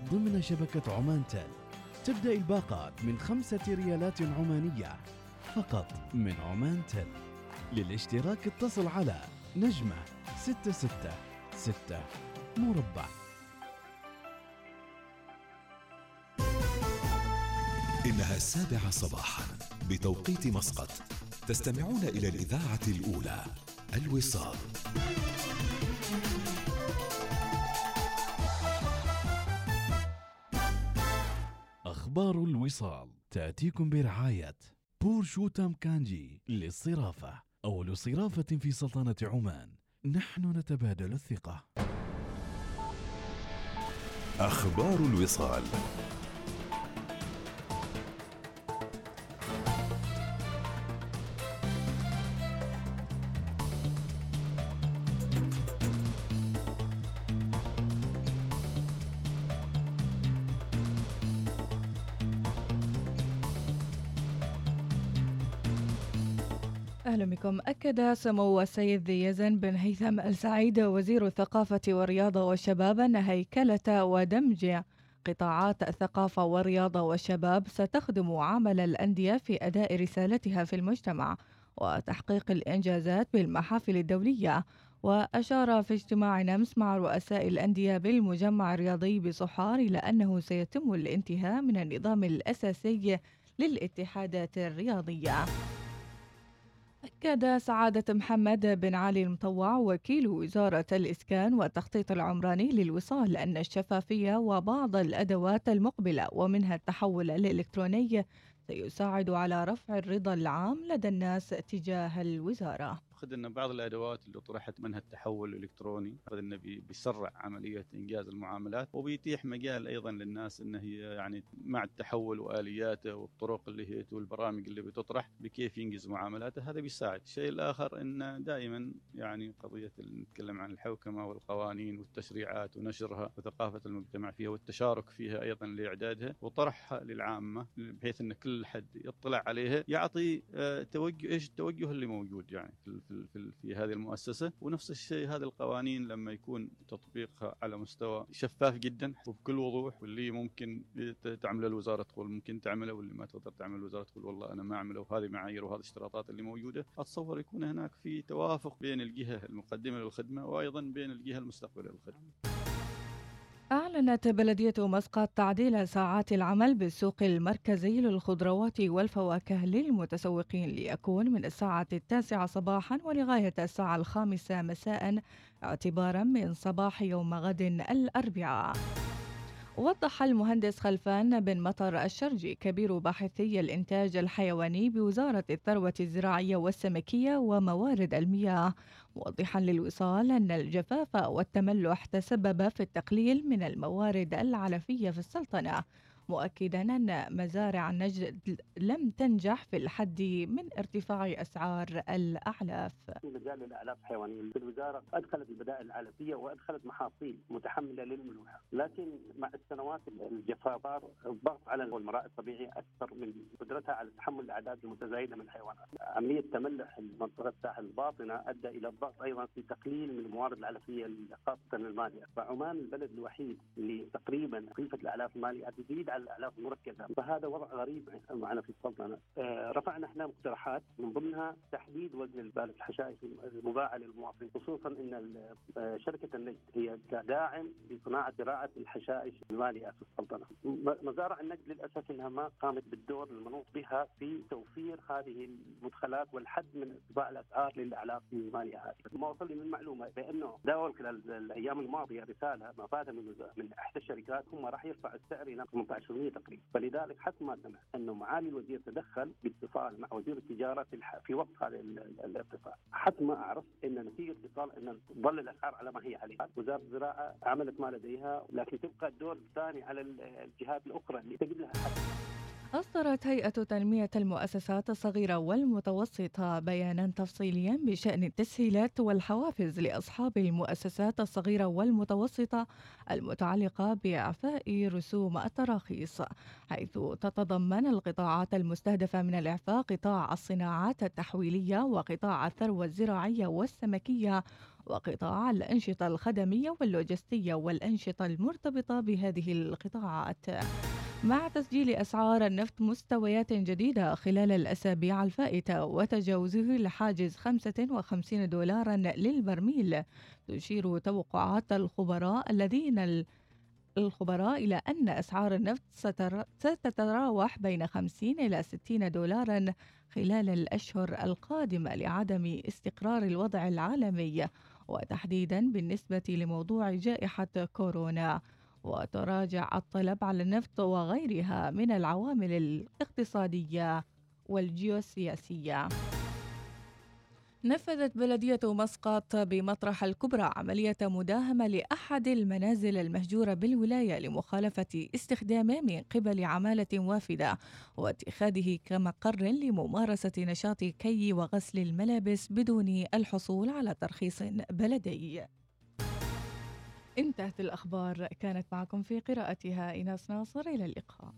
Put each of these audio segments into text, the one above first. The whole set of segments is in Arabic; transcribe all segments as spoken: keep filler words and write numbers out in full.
ضمن شبكة عمان تل. تبدأ الباقات من خمسة ريالات عمانية فقط من عمان تل. للاشتراك اتصل على نجمة ستة ستة ستة مربع. إنها السابعة صباحا بتوقيت مسقط. تستمعون إلى الإذاعة الأولى الوصال. أخبار الوصال تأتيكم برعاية بورشوتام كانجي للصرافة، أول صرافة في سلطنة عمان. نحن نتبادل الثقة. أخبار الوصال. أهلا بكم. أكد سمو السيد يزن بن هيثم السعيد وزير الثقافة والرياضة والشباب أن هيكلة ودمج قطاعات الثقافة والرياضة والشباب ستخدم عمل الأندية في أداء رسالتها في المجتمع وتحقيق الإنجازات بالمحافل الدولية. وأشار في اجتماع أمس مع رؤساء الأندية بالمجمع الرياضي بصحار إلى أنه سيتم الانتهاء من النظام الأساسي للاتحادات الرياضية. أكد سعادة محمد بن علي المطوع وكيل وزارة الإسكان والتخطيط العمراني للوصال أن الشفافية وبعض الأدوات المقبلة ومنها التحول الإلكتروني سيساعد على رفع الرضا العام لدى الناس تجاه الوزارة. أعتقد أن بعض الأدوات اللي طرحت منها التحول الإلكتروني أعتقد أنه بيسرع عملية إنجاز المعاملات وبيتيح مجال أيضا للناس أنه هي يعني مع التحول وآلياته والطرق اللي هي والبرامج اللي بتطرح بكيف ينجز معاملاته. هذا بيساعد. الشيء الآخر أن دائما يعني قضية نتكلم عن الحوكمة والقوانين والتشريعات ونشرها وثقافة المجتمع فيها والتشارك فيها أيضا لإعدادها وطرحها للعامة بحيث أن كل حد يطلع عليها يعطي توجه إيش التوجه اللي موجود يعني في في في, في هذه المؤسسة. ونفس الشيء هذه القوانين لما يكون تطبيقها على مستوى شفاف جدا وبكل وضوح واللي ممكن تعمله الوزارة تقول ممكن تعمله واللي ما تقدر تعمل الوزارة تقول والله أنا ما أعمله وهذه معايير وهذه الاشتراطات اللي موجودة. أتصور يكون هناك في توافق بين الجهة المقدمة للخدمة وأيضا بين الجهة المستقبلة للخدمة. أعلنت بلدية مسقط تعديل ساعات العمل بالسوق المركزي للخضروات والفواكه للمتسوقين ليكون من الساعة التاسعة صباحا ولغاية الساعة الخامسة مساء اعتبارا من صباح يوم غد الأربعاء. وضح المهندس خلفان بن مطر الشرجي كبير باحثي الإنتاج الحيواني بوزارة الثروة الزراعية والسمكية وموارد المياه موضحا للوصال أن الجفاف والتملح تسبب في التقليل من الموارد العلفية في السلطنة، مؤكدا أن مزارع النجد لم تنجح في الحد من ارتفاع أسعار الأعلاف. في مجال الأعلاف الحيوانية الوزارة أدخلت البدائل العلفية وأدخلت محاصيل متحملة للملوحة، لكن مع السنوات الجفاف صار الضغط على المراء الطبيعي أكثر من قدرتها على تحمل الأعداد المتزايدة من الحيوانات. عملية تملح منطقة الساحل الباطنة أدى إلى الضغط أيضا في تقليل من الموارد العلفية خاصة المالية. فعمان البلد الوحيد اللي تقريبا قيمة الأعلاف المالية تزيد على الأعلاف المركزة، فهذا وضع غريب معنا في السلطنة. آه رفعنا احنا مقترحات من ضمنها تحديد وزن البالغ الحشائش المباعة للمواطنين، خصوصا ان شركة النجد هي داعم لصناعة زراعة الحشائش المالية في السلطنة. مزارع النجد للأسف انها ما قامت بالدور المنوط بها في توفير هذه المدخلات والحد من ارتفاع الأسعار للأعلاف المالية هذه. ما وصل لي من معلومة بأنه داول خلال الأيام الماضية رسالة مفادة من من إحدى الشركات هم راح يرفع السعر إلى ثمانية عشر بالمئة تقريبا، فلذلك حتى ما سمع انه معالي الوزير تدخل باتصال مع وزير التجاره في, الح... في وقت هذا الارتفاع. حتى ما اعرف ان نتيجه اتصال ان تظل الاسعار على ما هي عليه. وزاره الزراعه عملت ما لديها، لكن تبقى الدور الثاني على الجهات الاخرى اللي تجد لها حل. أصدرت هيئة تنمية المؤسسات الصغيرة والمتوسطة بيانا تفصيليا بشأن التسهيلات والحوافز لأصحاب المؤسسات الصغيرة والمتوسطة المتعلقة بإعفاء رسوم التراخيص، حيث تتضمن القطاعات المستهدفة من الإعفاء قطاع الصناعات التحويلية وقطاع الثروة الزراعية والسمكية وقطاع الأنشطة الخدمية واللوجستية والأنشطة المرتبطة بهذه القطاعات، مع تسجيل أسعار النفط مستويات جديدة خلال الأسابيع الفائتة وتجاوزه لحاجز خمسة وخمسين دولارا للبرميل. تشير توقعات الخبراء الذين الخبراء إلى أن أسعار النفط ستتراوح بين خمسين إلى ستين دولارا خلال الأشهر القادمة لعدم استقرار الوضع العالمي، وتحديدا بالنسبة لموضوع جائحة كورونا، وتراجع الطلب على النفط وغيرها من العوامل الاقتصادية والجيوسياسية. نفذت بلدية مسقط بمطرح الكبرى عملية مداهمة لأحد المنازل المهجورة بالولاية لمخالفة استخدامه من قبل عمالة وافدة واتخاذه كمقر لممارسة نشاط كي وغسل الملابس بدون الحصول على ترخيص بلدي. انتهت الأخبار، كانت معكم في قراءتها إيناس ناصر، إلى اللقاء.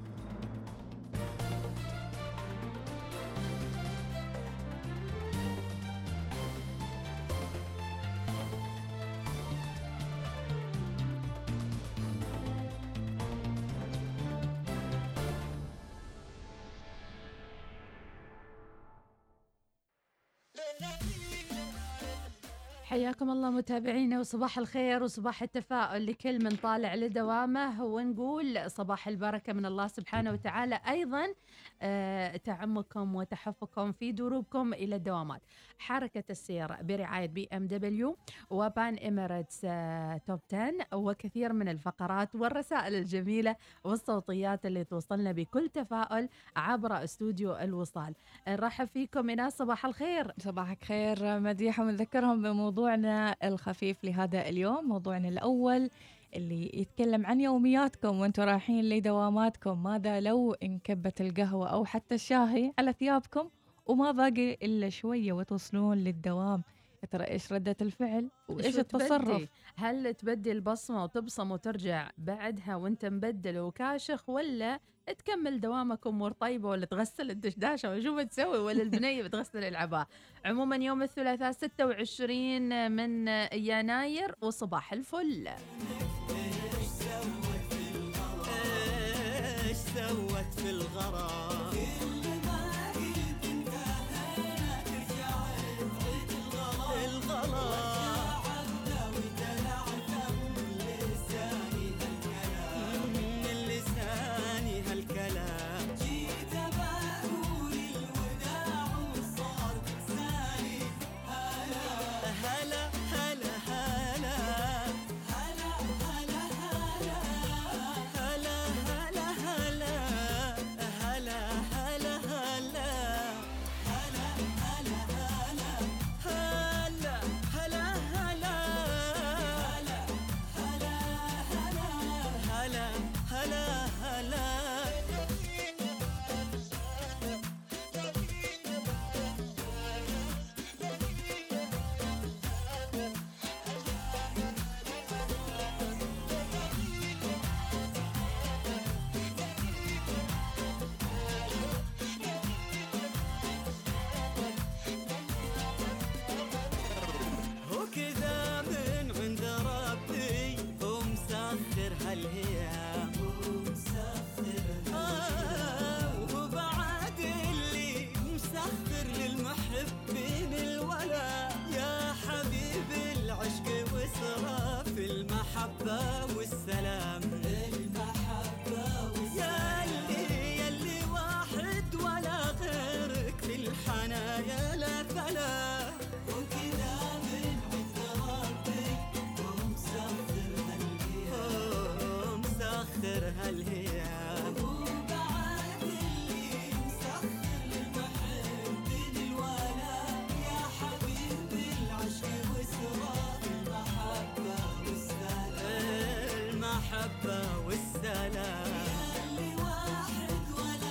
حياكم الله متابعينا، وصباح الخير وصباح التفاؤل لكل من طالع لدوامه، ونقول صباح البركة من الله سبحانه وتعالى أيضا آه تعمكم وتحفكم في دروبكم إلى الدوامات. حركة السير برعاية بي ام دبليو وبان إميريتس آه توب عشرة، وكثير من الفقرات والرسائل الجميلة والصوتيات اللي توصلنا بكل تفاؤل عبر استوديو الوصال. نرحب فيكم إناس، صباح الخير. صباحك خير مديحة، ونذكرهم بموضوع موضوعنا الخفيف لهذا اليوم. موضوعنا الأول اللي يتكلم عن يومياتكم وانتم رايحين لدواماتكم. ماذا لو انكبت القهوة أو حتى الشاهي على ثيابكم وما باقي إلا شوية وتوصلون للدوام؟ ترى إيش ردة الفعل وإيش التصرف؟ هل تبدي البصمة وتبصم وترجع بعدها وانت مبدل وكاشخ، ولا تكمل دوامك أمور طيبة، ولا تغسل الدشداشة وشو بتسوي، ولا البنية بتغسل العباء؟ عموما يوم الثلاثاء ستة وعشرين من يناير وصباح الفل. ايش سوت في الغرام، ايش سوت في الغرام، كل ما قلت انتهينا ترجع تغلط الغلط، المحبة والسلام، المحبة والسلام، ياللي ياللي واحد ولا غيرك في الحنايا لا ثلاث، وكذا من عند ربك ومسخر هالهيام، ومسخر هالهيام، وبعد اللي مسخر للمحب للولا، يا حبيبي العشق والسراب، المحبة والسلام، المحبة والسلام، ياللي واحد ولا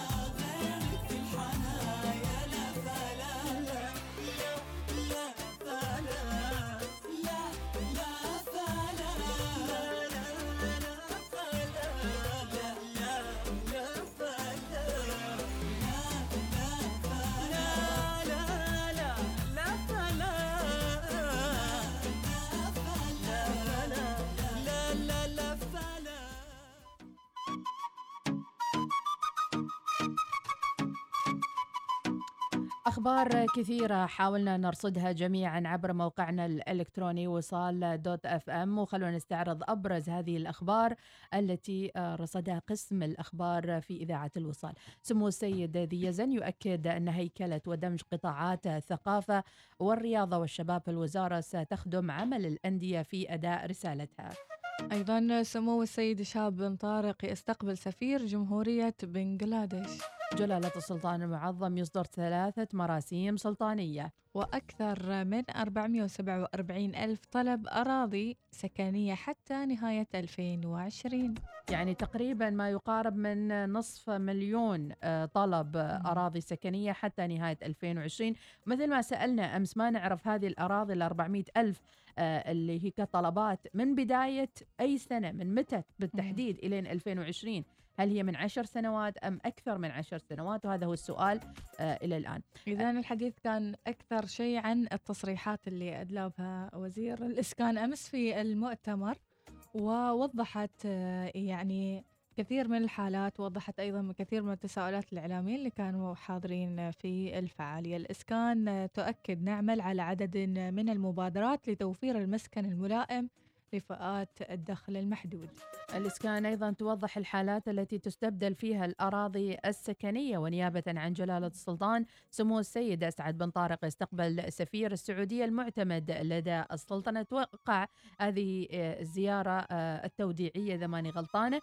أخبار كثيرة حاولنا نرصدها جميعا عبر موقعنا الإلكتروني وصال دوت أف أم، وخلونا نستعرض أبرز هذه الأخبار التي رصدها قسم الأخبار في إذاعة الوصال. سمو السيد ذي يزن يؤكد أن هيكلة ودمج قطاعات الثقافة والرياضة والشباب في الوزارة ستخدم عمل الأندية في أداء رسالتها. أيضا سمو السيد شهاب بن طارق يستقبل سفير جمهورية بنغلاديش. جلالة السلطان المعظم يصدر ثلاثة مراسيم سلطانية. وأكثر من أربعمئة وسبعة وأربعين ألف طلب أراضي سكنية حتى نهاية ألفين وعشرين. يعني تقريبا ما يقارب من نصف مليون طلب أراضي سكنية حتى نهاية ألفين وعشرين. مثل ما سألنا أمس ما نعرف هذه الأراضي الأربعمائة ألف اللي هي كطلبات من بداية أي سنة، من متى بالتحديد إلين ألفين وعشرين، هل هي من عشر سنوات أم أكثر من عشر سنوات؟ وهذا هو السؤال آه إلى الآن. إذن الحديث كان أكثر شيء عن التصريحات اللي أدلى وزير الإسكان أمس في المؤتمر، ووضحت آه يعني كثير من الحالات، وضحت أيضا من كثير من التساؤلات الإعلاميين اللي كانوا حاضرين في الفعالية. الإسكان آه تؤكد نعمل على عدد من المبادرات لتوفير المسكن الملائم لفئات الدخل المحدود. الإسكان أيضا توضح الحالات التي تستبدل فيها الأراضي السكنية. ونيابة عن جلالة السلطان سمو السيد أسعد بن طارق يستقبل سفير السعودية المعتمد لدى السلطنة. توقع هذه الزيارة التوديعية إذا ماني غلطانة،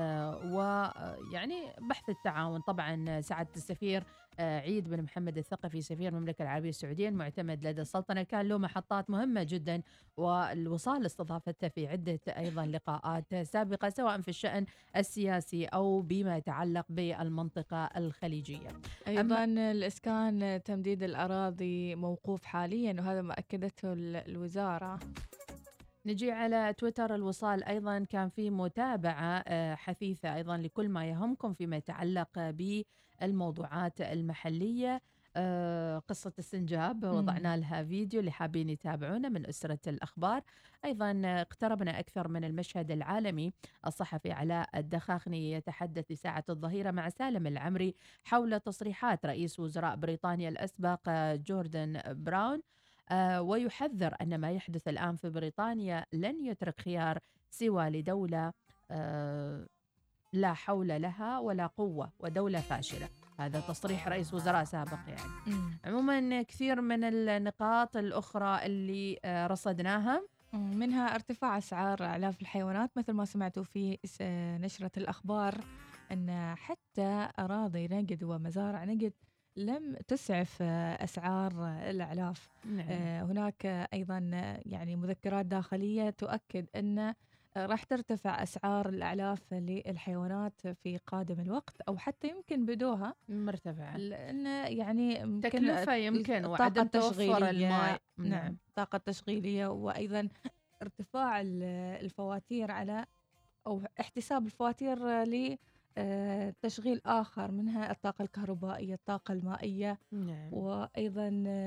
ويعني بحث التعاون. طبعا سعادة السفير عيد بن محمد الثقفي سفير المملكة العربية السعودية المعتمد لدى السلطنة كان له محطات مهمة جدا، والوصال استضافته في عدة أيضا لقاءات سابقة سواء في الشأن السياسي أو بما يتعلق بالمنطقة الخليجية. أيضا الإسكان تمديد الأراضي موقوف حاليا، وهذا ما أكدته الوزارة. نجي على تويتر الوصال أيضا كان في متابعة حثيثة أيضا لكل ما يهمكم فيما يتعلق بالموضوعات المحلية. قصة السنجاب وضعنا لها فيديو اللي حابين يتابعونا من أسرة الأخبار. أيضا اقتربنا أكثر من المشهد العالمي. الصحفي علاء الدخاخني يتحدث لساعة الظهيرة مع سالم العمري حول تصريحات رئيس وزراء بريطانيا الأسبق جوردن براون، آه ويحذر أن ما يحدث الآن في بريطانيا لن يترك خيار سوى لدولة آه لا حول لها ولا قوة ودولة فاشلة. هذا تصريح رئيس وزراء سابق يعني. م. عموما كثير من النقاط الأخرى اللي آه رصدناها، منها ارتفاع أسعار أعلاف الحيوانات مثل ما سمعتوا في نشرة الأخبار، أن حتى أراضي نقد ومزارع نقد لم تسعف أسعار الأعلاف. نعم. هناك أيضا يعني مذكرات داخلية تؤكد أن راح ترتفع أسعار الأعلاف للحيوانات في قادم الوقت، أو حتى يمكن بدوها مرتفعة، لأن يعني تكلفة يمكن وعدم توفر الماء. نعم، طاقة تشغيلية، وأيضا ارتفاع الفواتير على أو احتساب الفواتير ل تشغيل آخر، منها الطاقة الكهربائية، الطاقة المائية. نعم. وأيضا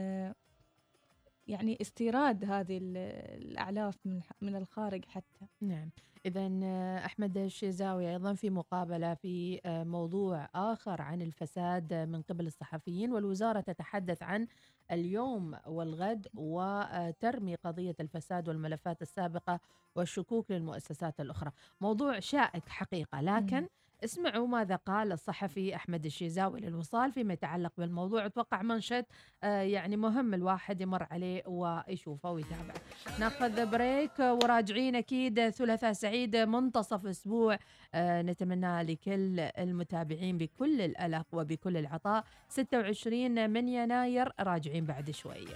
يعني استيراد هذه الأعلاف من من الخارج حتى. نعم. إذن أحمد الشيزاوي أيضا في مقابلة في موضوع آخر عن الفساد من قبل الصحفيين، والوزارة تتحدث عن اليوم والغد وترمي قضية الفساد والملفات السابقة والشكوك للمؤسسات الأخرى. موضوع شائك حقيقة، لكن م. اسمعوا ماذا قال الصحفي أحمد الشيزاوي للوصال فيما يتعلق بالموضوع. أتوقع منشد آه يعني مهم الواحد يمر عليه ويشوفه ويتابعه. ناخذ بريك وراجعين أكيد. ثلاثاء سعيد، منتصف أسبوع آه نتمنى لكل المتابعين بكل الألق وبكل العطاء. ستة وعشرين من يناير راجعين بعد شوية.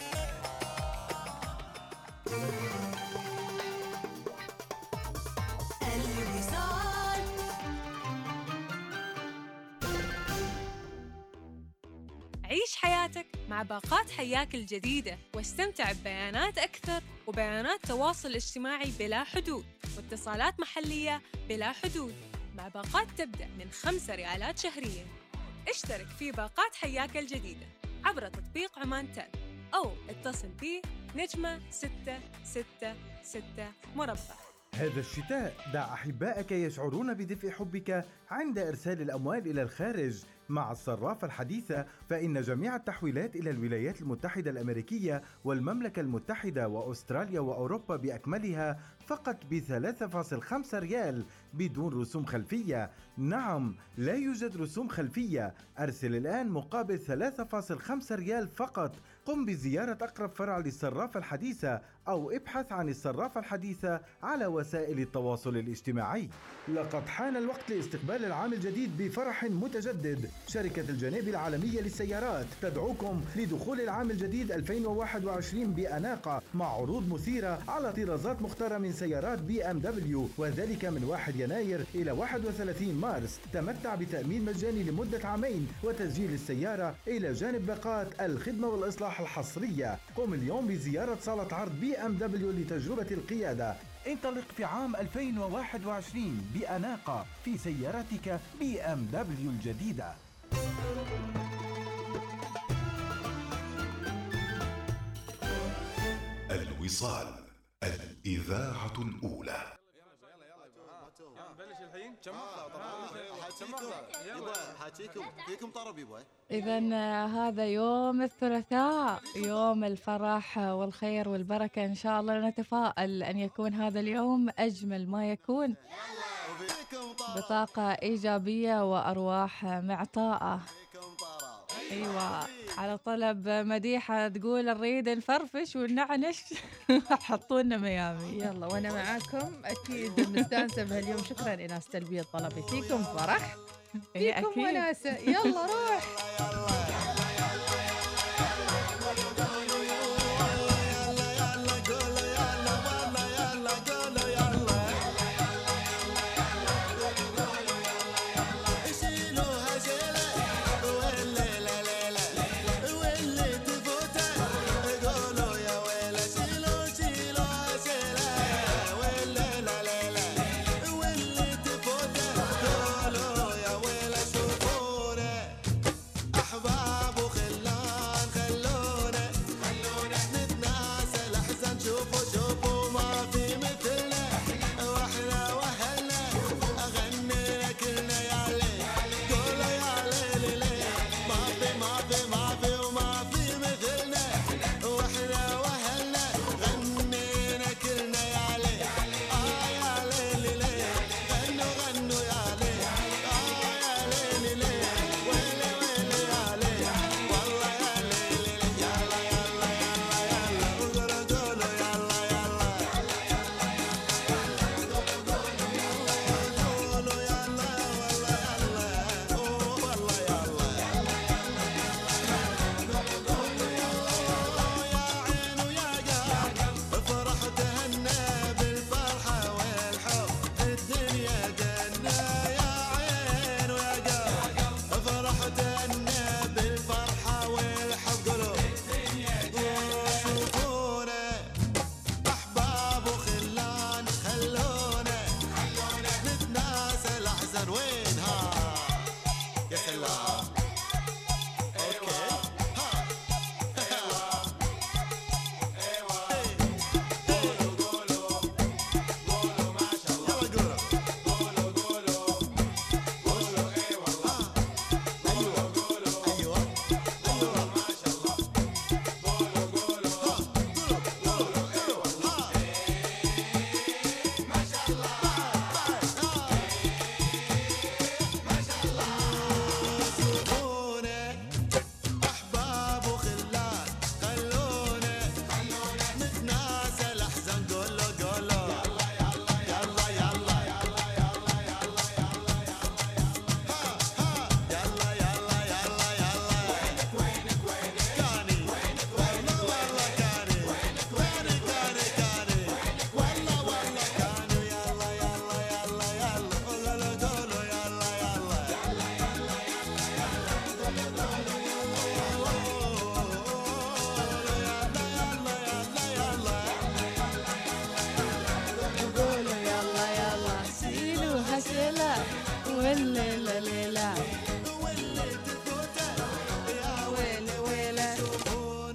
عيش حياتك مع باقات حياك الجديدة، واستمتع ببيانات أكثر وبيانات تواصل اجتماعي بلا حدود واتصالات محلية بلا حدود مع باقات تبدأ من خمسة ريالات شهرياً. اشترك في باقات حياك الجديدة عبر تطبيق عمان تل أو اتصل به نجمة ستة ستة ستة مربع. هذا الشتاء دع أحبائك يشعرون بدفء حبك عند إرسال الأموال إلى الخارج. مع الصرافة الحديثة فإن جميع التحويلات إلى الولايات المتحدة الأمريكية والمملكة المتحدة وأستراليا وأوروبا بأكملها فقط بثلاثة فاصلة خمسة ريال بدون رسوم خلفية. نعم، لا يوجد رسوم خلفية. أرسل الآن مقابل ثلاثة فاصلة خمسة ريال فقط. قم بزيارة أقرب فرع للصرافة الحديثة أو ابحث عن الصرافة الحديثة على وسائل التواصل الاجتماعي. لقد حان الوقت لاستقبال العام الجديد بفرح متجدد. شركة الجناب العالمية للسيارات تدعوكم لدخول العام الجديد ألفين وواحد وعشرين بأناقة مع عروض مثيرة على طرازات مختارة من سيارات بي ام دبليو، وذلك من واحد يناير إلى واحد وثلاثين مارس. تمتع بتأمين مجاني لمدة عامين وتسجيل السيارة إلى جانب باقات الخدمة والإصلاح الحصرية. قم اليوم بزيارة صالة عرض بي ام دبليو لتجربة القيادة. انطلق في عام ألفين وواحد وعشرين بأناقة في سيارتك بي ام دبليو الجديدة. الوصال، الإذاعة الأولى. إذن هذا يوم الثلاثاء، يوم الفرح والخير والبركة. إن شاء الله نتفائل أن يكون هذا اليوم أجمل ما يكون، بطاقة إيجابية وأرواح معطاءة. أيوة، على طلب مديحة تقول نريد نفرفش ونعنش حطونا ميامي. يلا وأنا معاكم أكيد مستانسة بهاليوم. شكرا إناس تلبية طلبي. فيكم فرح، فيكم وناسة. يلا روح.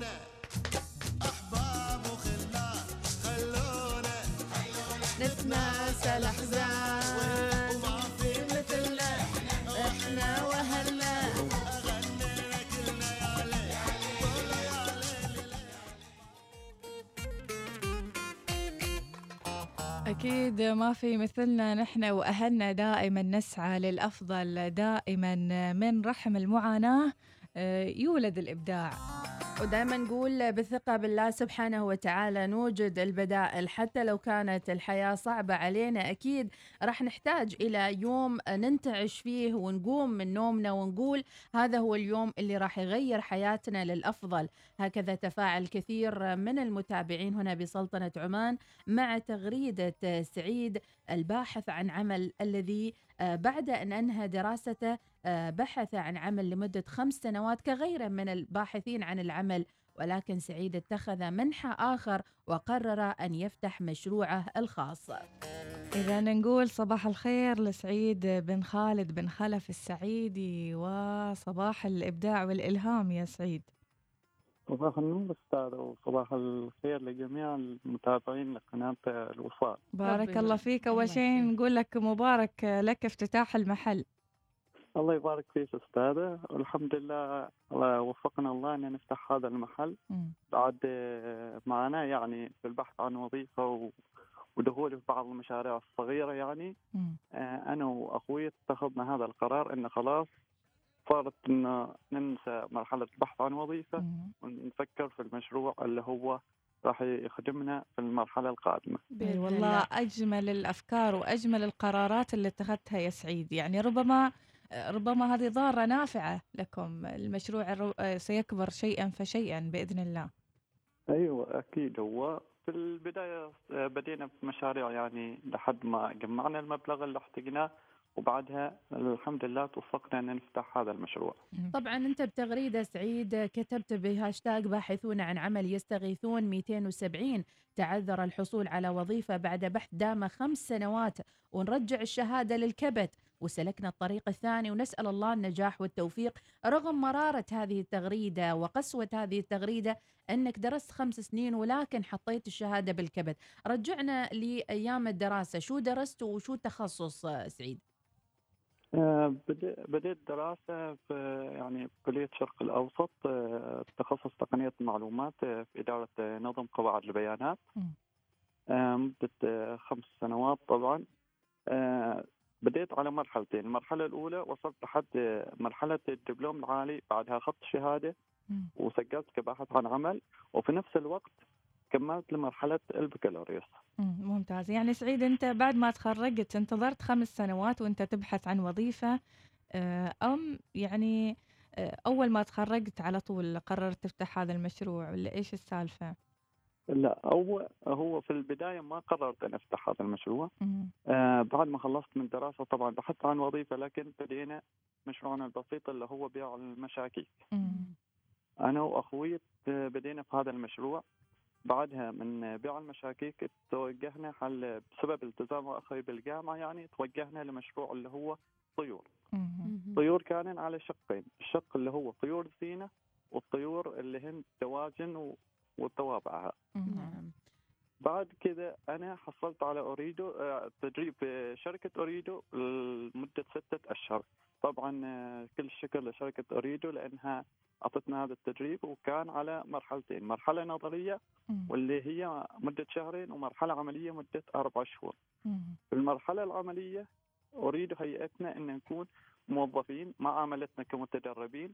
نتناسى أكيد ما في مثلنا نحن وأهلنا دائما نسعى للأفضل، دائما من رحم المعاناة آه، يولد الإبداع. ودائما نقول بثقة بالله سبحانه وتعالى نوجد البدائل، حتى لو كانت الحياة صعبة علينا أكيد راح نحتاج إلى يوم ننتعش فيه ونقوم من نومنا ونقول هذا هو اليوم اللي راح يغير حياتنا للأفضل. هكذا تفاعل كثير من المتابعين هنا بسلطنة عمان مع تغريدة سعيد الباحث عن عمل، الذي آه، بعد أن أنهى دراسته آه، بحث عن عمل لمدة خمس سنوات كغيره من الباحثين عن العمل، ولكن سعيد اتخذ منحى آخر وقرر أن يفتح مشروعه الخاص. إذا نقول صباح الخير لسعيد بن خالد بن خلف السعيدي، وصباح الإبداع والإلهام يا سعيد. صباح النور أستاذ، وصباح الخير لجميع المتابعين لقناة الوصال. بارك ربي الله يبارك. فيك. أول الله شيء يسلمك. نقول لك مبارك لك افتتاح المحل. الله يبارك فيك أستاذة، والحمد لله الله وفقنا الله أن نفتح هذا المحل مم. بعد آه، معنا يعني في البحث عن وظيفة و- ودخولي في بعض المشاريع الصغيرة يعني. مم. آه، أنا وأخوي اتخذنا هذا القرار أن خلاص صارت أن ننسى مرحلة البحث عن وظيفة مم. ونفكر في المشروع اللي هو راح يخدمنا في المرحلة القادمة. اي بإذن والله الله. أجمل الأفكار وأجمل القرارات اللي اتخذتها يا سعيد. يعني ربما ربما هذه ضارة نافعة لكم. المشروع الرو- سيكبر شيئا فشيئا بإذن الله. ايوه اكيد. هو في البدايه آه، بدينا بمشاريع يعني لحد ما جمعنا المبلغ اللي احتاجناه، وبعدها الحمد لله توفقنا ان نفتح هذا المشروع. طبعا أنت بتغريدة سعيد كتبت بهاشتاج باحثون عن عمل يستغيثون مئتين وسبعين تعذر الحصول على وظيفة بعد بحث دام خمس سنوات، ونرجع الشهادة للكبت وسلكنا الطريق الثاني، ونسأل الله النجاح والتوفيق رغم مرارة هذه التغريدة وقسوة هذه التغريدة أنك درست خمس سنين ولكن حطيت الشهادة بالكبت. رجعنا لأيام الدراسة، شو درست وشو التخصص آه، سعيد؟ آه، بدي- بديت دراسه في يعني في كليه الشرق الاوسط، آه، تخصص تقنيه المعلومات آه، في اداره آه، نظم قواعد البيانات. مم. آه، مده آه، خمس سنوات طبعا. آه، بديت على مرحلتين. المرحله الاولى وصلت لحد آه، مرحله الدبلوم العالي، بعدها اخذت شهاده مم. وسجلت كباحث عن عمل، وفي نفس الوقت كملت لمرحلة البكالوريوس. مم. ممتاز. يعني سعيد أنت بعد ما تخرجت انتظرت خمس سنوات وأنت تبحث عن وظيفة، آه، أم يعني آه، أول ما تخرجت على طول قررت تفتح هذا المشروع، ولا إيش السالفة؟ لا، هو هو في البداية ما قررت أن أفتح هذا المشروع. مم. آه بعد ما خلصت من الدراسة طبعا بحثت عن وظيفة، لكن بدينا مشروعنا البسيط اللي هو بيع المشاكيك. مم. أنا وأخوي آه، بدينا في هذا المشروع. بعدها من بيع المشاكيك توجهنا حل بسبب التزام أخوي بالجامعة، يعني توجهنا لمشروع اللي هو طيور. مم. طيور كان على شقين، الشق اللي هو طيور زينة والطيور اللي هن دواجن و- وتوابعها. مم. نعم. بعد كذا أنا حصلت على أوريدو آه، تدريب في شركة أوريدو لمدة ستة أشهر. طبعا آه، كل الشكر لشركة أوريدو لأنها أعطتنا هذا التدريب، وكان على مرحلتين، مرحلة نظرية مم. واللي هي مدة شهرين، ومرحلة عملية مدة أربع شهور. مم. في المرحلة العملية أريد هيئتنا أن نكون موظفين، ما عاملتنا كمتدربين.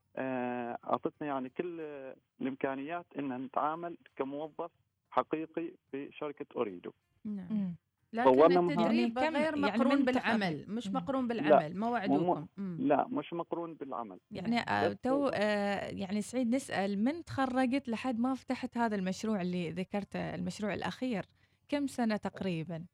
آه، أعطتنا يعني كل الإمكانيات أن نتعامل كموظف حقيقي في شركة أوريدو. نعم. مم. لكن طورنا من التدريب يعني كم- غير يعني مقرون من بالعمل، تخرج. مش مم. مقرون لا، بالعمل، ما مو وعدوكم. مم. لا مش مقرون بالعمل. يعني نعم. آه، بس تو آه، يعني سعيد نسأل، من تخرجت لحد ما فتحت هذا المشروع اللي ذكرته، المشروع الأخير، كم سنة تقريبا؟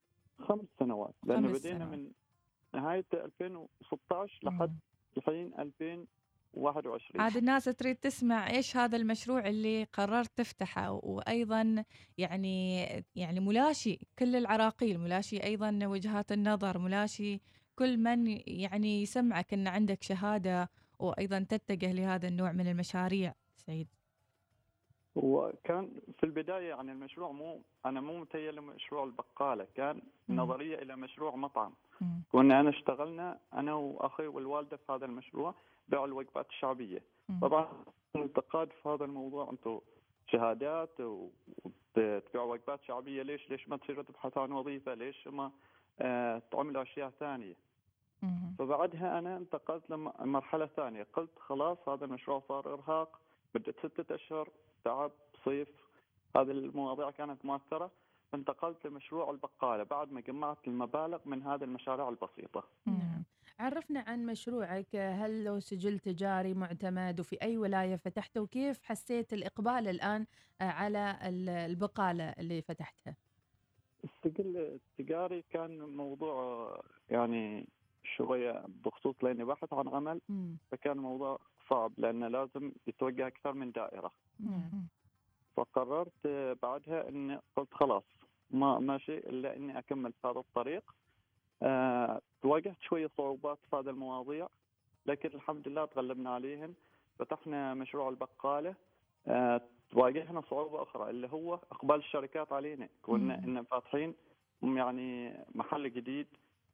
خمس سنوات، لأنه خمس بدينا سنوات. من نهاية ألفين وستة عشر لحد مم. الحين ألفين وواحد وعشرين. عاد الناس تريد تسمع إيش هذا المشروع اللي قررت تفتحه، وأيضا يعني يعني ملاشي كل العراقيل، ملاشي أيضا وجهات النظر، ملاشي كل من يعني يسمعك أن عندك شهادة وأيضا تتجه لهذا النوع من المشاريع. سعيد. وكان في البداية يعني المشروع مو أنا مو متهيأ لمشروع البقالة، كان مم. نظرية إلى مشروع مطعم. مم. كنا أنا اشتغلنا أنا وأخي والوالدة في هذا المشروع، بيع الوجبات الشعبية. مم. طبعا الانتقاد في هذا الموضوع، أنتم شهادات ت- تبيع وجبات شعبيه، ليش ليش ما تصيروا تبحثوا عن وظيفه؟ ليش ما آه، تعملوا اشياء ثانيه؟ مهم. فبعدها انا انتقلت لمرحله ثانيه، قلت خلاص هذا المشروع صار ارهاق، مده ستة اشهر، تعب، صيف، هذه المواضيع كانت مؤثره. انتقلت لمشروع البقاله بعد ما جمعت المبالغ من هذه المشاريع البسيطه. نعم. عرفنا عن مشروعك، هل له سجل تجاري معتمد وفي أي ولاية فتحته، وكيف حسيت الإقبال الآن آه، على ال- البقالة اللي فتحتها؟ السجل التجاري كان موضوع يعني شويه بخصوص لاني باحث عن عمل، مم. فكان موضوع صعب لانه لازم يتوجه اكثر من دائره. مهم. فقررت بعدها اني قلت خلاص ما ماشي الا اني اكمل في هذا الطريق. أه واجهت شويه صعوبات في هذه المواضيع، لكن الحمد لله تغلبنا عليهن. فتحنا مشروع البقاله. أه واجهنا صعوبه اخرى اللي هو اقبال الشركات علينا، كنا ان فاتحين يعني محل جديد.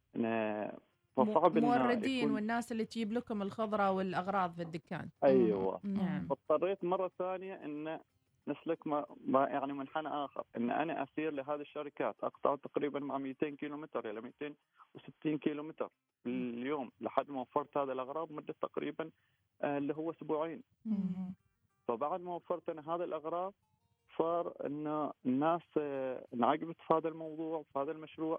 إن- فصعب انه موردين يكون والناس اللي تجيب لكم الخضرة والأغراض في الدكان. ايوه. نعم. فاضطريت مرة ثانية أن نسلك ما ما- يعني منحنى آخر، أن أنا أسير لهذه الشركات، أقطع تقريبا مع مئتين كيلو متر إلى مئتين وستين كيلو متر في اليوم لحد ما وفرت هذه الأغراض مدة تقريبا آه، اللي هو أسبوعين. مهم. فبعد ما وفرت أنا هذه الأغراض صار أن الناس آه، انعجبت في هذا الموضوع في هذا المشروع،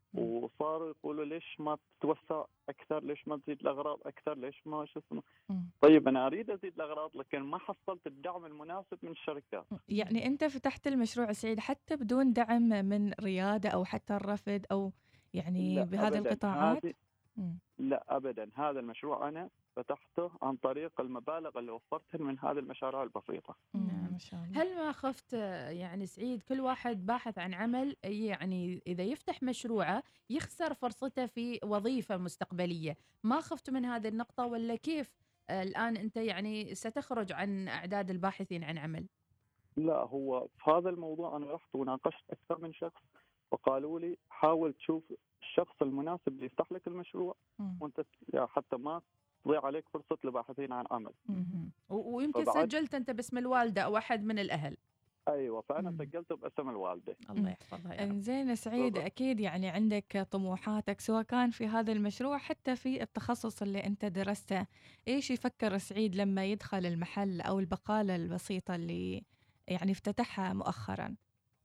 وصاروا يقولوا ليش ما تتوسع اكثر، ليش ما تزيد الاغراض اكثر، ليش ما شو اسمه. مم. طيب انا اريد ازيد الاغراض لكن ما حصلت الدعم المناسب من الشركات. يعني أنت فتحت المشروع سعيد حتى بدون دعم من ريادة أو حتى الرفد أو يعني لا بهذه ابدا، القطاعات؟ هذه مم. لا ابدا، هذا المشروع انا فتحته عن طريق المبالغ اللي وفرتها من هذه المشاريع البسيطه. مم. ما شاء الله. هل ما خفت آه، يعني سعيد، كل واحد باحث عن عمل يعني إذا يفتح مشروعه يخسر فرصته في وظيفة مستقبلية، ما خفت من هذه النقطة ولا كيف؟ آه، الآن أنت يعني ستخرج عن أعداد الباحثين عن عمل. لا هو في هذا الموضوع انا رحت وناقشت اكثر من شخص، وقالوا لي حاول تشوف الشخص المناسب اللي يفتح لك المشروع، مم. وانت ت- حتى ما تضيع عليك فرصه الباحثين عن عمل. مهم. و- ويمكن فبعد- سجلت أنت باسم الوالدة أو أحد من الأهل. ايوه، فانا مم. سجلته باسم الوالده. الله يحفظها يا رب. انزين سعيد، بالضبط. أكيد يعني عندك طموحاتك سواء كان في هذا المشروع حتى في التخصص اللي أنت درسته. إيش يفكر سعيد لما يدخل المحل أو البقالة البسيطة اللي يعني افتتحها مؤخرا؟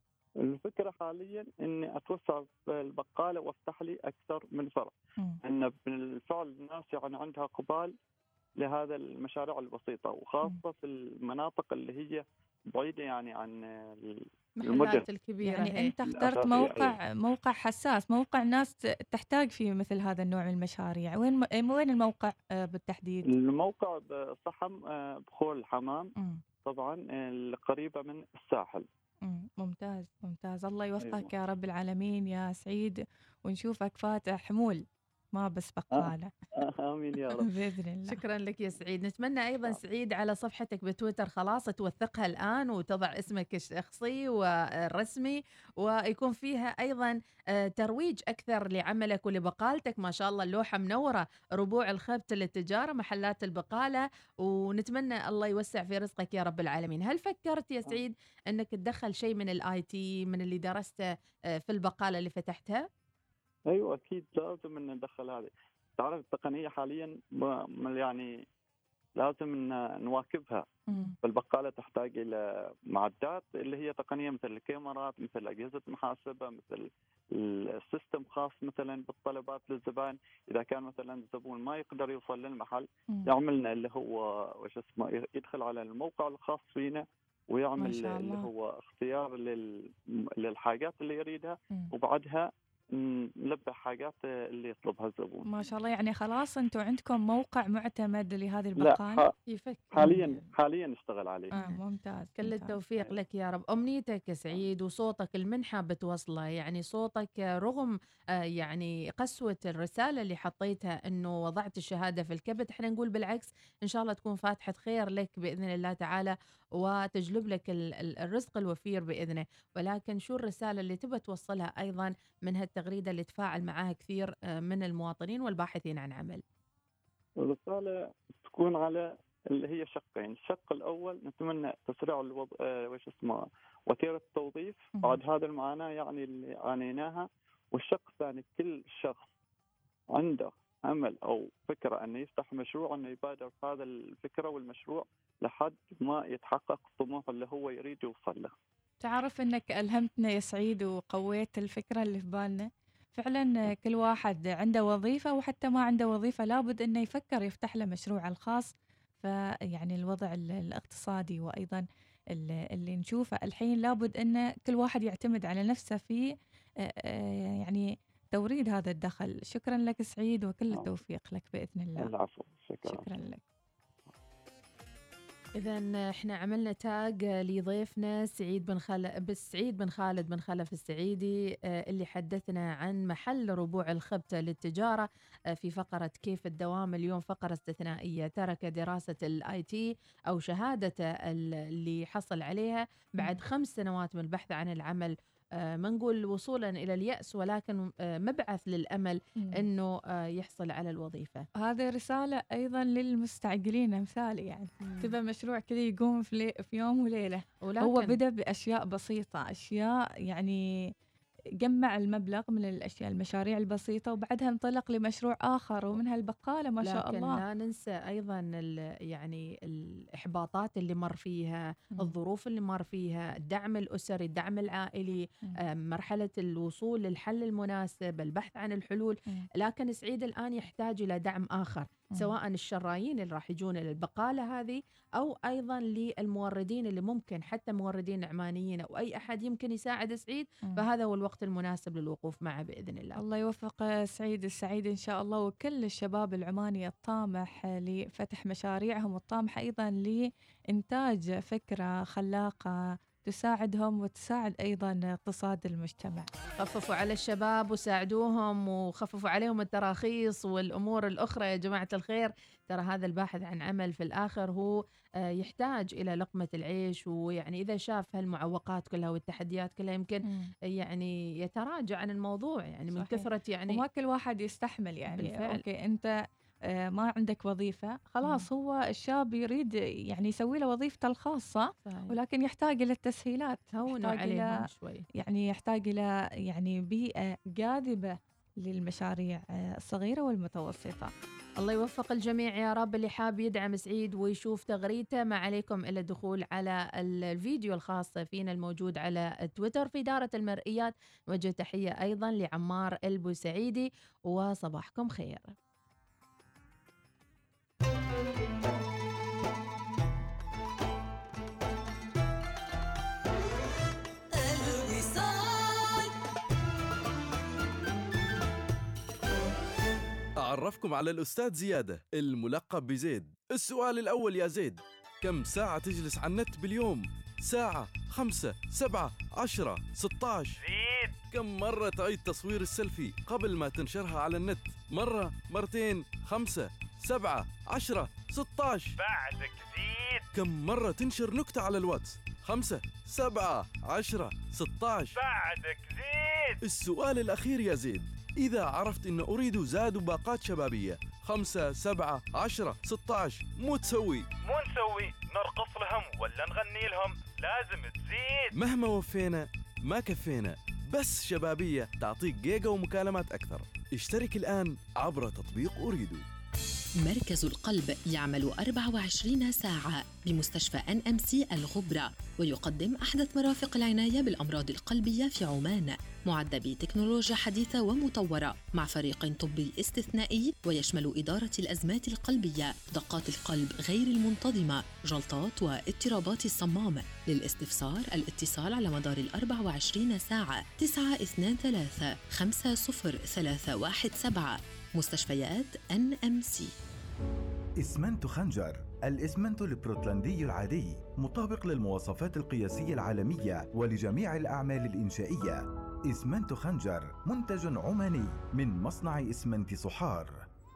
الفكره حاليا اني اتوسع في البقاله وافتح لي اكثر من فرع، مم. ان بالفعل الناس يعني عندها اقبال لهذا المشاريع البسيطه، وخاصه في المناطق اللي هي بعيده يعني عن ال- المدن. المحلات الكبيرة يعني هي. أنت اخترت الأساسية، موقع موقع حساس، موقع الناس تحتاج فيه مثل هذا النوع من المشاريع. وين وين الموقع آه، بالتحديد؟ الموقع بصحم آه، بخول الحمام، مم. طبعا آه، القريبه من الساحل. مم. ممتاز ممتاز، الله يوفقك أيوة. يا رب العالمين يا سعيد، ونشوفك فاتح مول ما بس آه. بقالة. امين يا رب. بإذن الله. شكرا لك يا سعيد. نتمنى أيضا سعيد على صفحتك بتويتر خلاص توثقها الآن وتضع اسمك الشخصي والرسمي، ويكون فيها أيضا آه، ترويج أكثر لعملك ولبقالتك. ما شاء الله اللوحة منورة، ربوع الخبز للتجارة، محلات البقالة، ونتمنى الله يوسع في رزقك يا رب العالمين. هل فكرت يا سعيد أنك تدخل شيء من الاي تي من اللي درسته آه، في البقالة اللي فتحتها؟ ايوه اكيد لازم ان ندخل هذه. تعرف التقنيه حاليا ب- يعني لازم ان نواكبها. مم. فالبقاله تحتاج الى معدات اللي هي تقنيه مثل الكاميرات، مثل اجهزه محاسبه، مثل السيستم خاص مثلا بالطلبات للزبائن. اذا كان مثلا الزبون ما يقدر يوصل للمحل، مم. يعمل لنا اللي هو وش اسمه، يدخل على الموقع الخاص فينا ما ويعمل شاء اللي الله. هو اختيار لل... للحاجات اللي يريدها، مم. وبعدها نلبي حاجات اللي يطلبها الزبون. ما شاء الله، يعني خلاص انتم عندكم موقع معتمد لهذه لا البقالة؟ ح... يفكر حاليا حاليا نشتغل عليه. آه ممتاز. كل ممتاز. التوفيق لك يا رب. أمنيتك يا سعيد، وصوتك المنحة بتوصله، يعني صوتك رغم آه، يعني قسوة الرسالة اللي حطيتها أنه وضعت الشهادة في الكبد، احنا نقول بالعكس إن شاء الله تكون فاتحة خير لك بإذن الله تعالى، وتجلب لك ال- ال- الرزق الوفير بإذنه. ولكن شو الرسالة اللي تبى توصلها أيضا من هالتغريدة اللي تفاعل معها كثير آه، من المواطنين والباحثين عن عمل؟ الرسالة تكون على اللي هي شقين. الشق الأول نتمنى تسريع الوض... آه وش اسمه وتيرة التوظيف بعد هذا المعاناة يعني اللي عانيناها. والشق الثاني كل شخص عنده أمل أو فكرة أنه يفتح مشروع أنه يبادر في هذا الفكرة والمشروع لحد ما يتحقق الطموح اللي هو يريد يوصل له. تعرف أنك ألهمتنا يا سعيد وقويت الفكرة اللي في بالنا. فعلا كل واحد عنده وظيفة وحتى ما عنده وظيفة لابد أنه يفكر يفتح له مشروع الخاص. فيعني الوضع الاقتصادي وأيضا اللي نشوفه الحين لابد أن كل واحد يعتمد على نفسه في يعني توريد هذا الدخل. شكرا لك سعيد وكل التوفيق لك بإذن الله. العفو. شكرا. شكرا لك. إذا احنا عملنا تاج لضيفنا سعيد بن خالد بالسعيد بن خالد بن خلف السعيدي اللي حدثنا عن محل ربوع الخبتة للتجارة في فقرة كيف الدوام. اليوم فقرة استثنائية، ترك دراسة الاي تي أو شهادته اللي حصل عليها بعد خمس سنوات من البحث عن العمل، ما نقول وصولا إلى اليأس ولكن مبعث للأمل أنه يحصل على الوظيفة. هذه رسالة أيضا للمستعجلين مثالي، يعني تبى مشروع كذا يقوم في, في يوم وليلة. هو بدأ بأشياء بسيطة، أشياء يعني جمع المبلغ من الأشياء المشاريع البسيطة وبعدها انطلق لمشروع آخر ومنها البقالة ما شاء الله. لكن لا ننسى أيضا يعني الإحباطات اللي مر فيها، م. الظروف اللي مر فيها، الدعم الأسري، الدعم العائلي، مرحلة الوصول للحل المناسب، البحث عن الحلول. م. لكن سعيد الآن يحتاج إلى دعم آخر، م. سواء الشرايين اللي راح يجون إلى البقالة هذه أو أيضا للموردين اللي ممكن حتى موردين عمانيين أو أي أحد يمكن يساعد سعيد. م. فهذا هو الوقت المناسب للوقوف معه بإذن الله. الله يوفق سعيد السعيد إن شاء الله وكل الشباب العماني الطامح لفتح مشاريعهم والطامح أيضا لإنتاج فكرة خلاقة تساعدهم وتساعد أيضا اقتصاد المجتمع. خففوا على الشباب وساعدوهم وخففوا عليهم التراخيص والأمور الأخرى يا جماعة الخير. ترى هذا الباحث عن عمل في الآخر هو يحتاج إلى لقمة العيش، ويعني إذا شاف هالمعوقات كلها والتحديات كلها يمكن م. يعني يتراجع عن الموضوع يعني من كثرة يعني وما كل واحد يستحمل يعني بالفعل. أوكي أنت ما عندك وظيفة خلاص، م. هو الشاب يريد يعني يسوي له وظيفته الخاصة صحيح. ولكن يحتاج إلى التسهيلات، يحتاج إلى شوي يعني يحتاج إلى يعني بيئة جاذبة للمشاريع الصغيرة والمتوسطة. الله يوفق الجميع يا رب. اللي حاب يدعم سعيد ويشوف تغريدته ما عليكم إلا الدخول على الفيديو الخاص فينا الموجود على تويتر في دارة المرئيات. وجه تحية أيضا لعمار البوسعيدي وصباحكم خير. أعرفكم على الأستاذ زيادة الملقب بزيد. السؤال الأول يا زيد، كم ساعة تجلس على النت باليوم؟ ساعة، خمسة، سبعة، عشرة، ستة عشر؟ زيد. كم مرة تعيد تصوير السيلفي قبل ما تنشرها على النت؟ مرة، مرتين، خمسة، سبعة، عشرة، ستة عشر؟ بعدك زيد. كم مرة تنشر نكتة على الواتس؟ خمسة، سبعة، عشرة، ستة عشر؟ بعدك زيد. السؤال الأخير يا زيد، إذا عرفت إن أريد زاد باقات شبابية خمسة، سبعة، عشرة، ستة عشر، مو تسوي؟ مو نسوي، نرقص لهم ولا نغني لهم، لازم تزيد. مهما وفينا ما كفينا، بس شبابية تعطيك جيجا ومكالمات أكثر. اشترك الآن عبر تطبيق أريدو. مركز القلب يعمل أربعة وعشرين ساعة بمستشفى إن إم سي الغبرة، ويقدم أحدث مرافق العناية بالأمراض القلبية في عمان، معدة بتكنولوجيا حديثة ومطورة مع فريق طبي استثنائي، ويشمل إدارة الأزمات القلبية، دقات القلب غير المنتظمة، جلطات واضطرابات الصمام. للاستفسار الاتصال على مدار الأربع وعشرين ساعة تسعة اثنان ثلاثة خمسة صفر ثلاثة واحد سبعة. مستشفيات إن إم سي. إسمنت خنجر، الإسمنت البروتلاندي العادي، مطابق للمواصفات القياسية العالمية ولجميع الأعمال الإنشائية. إسمنت خنجر منتج عماني من مصنع إسمنت صحار.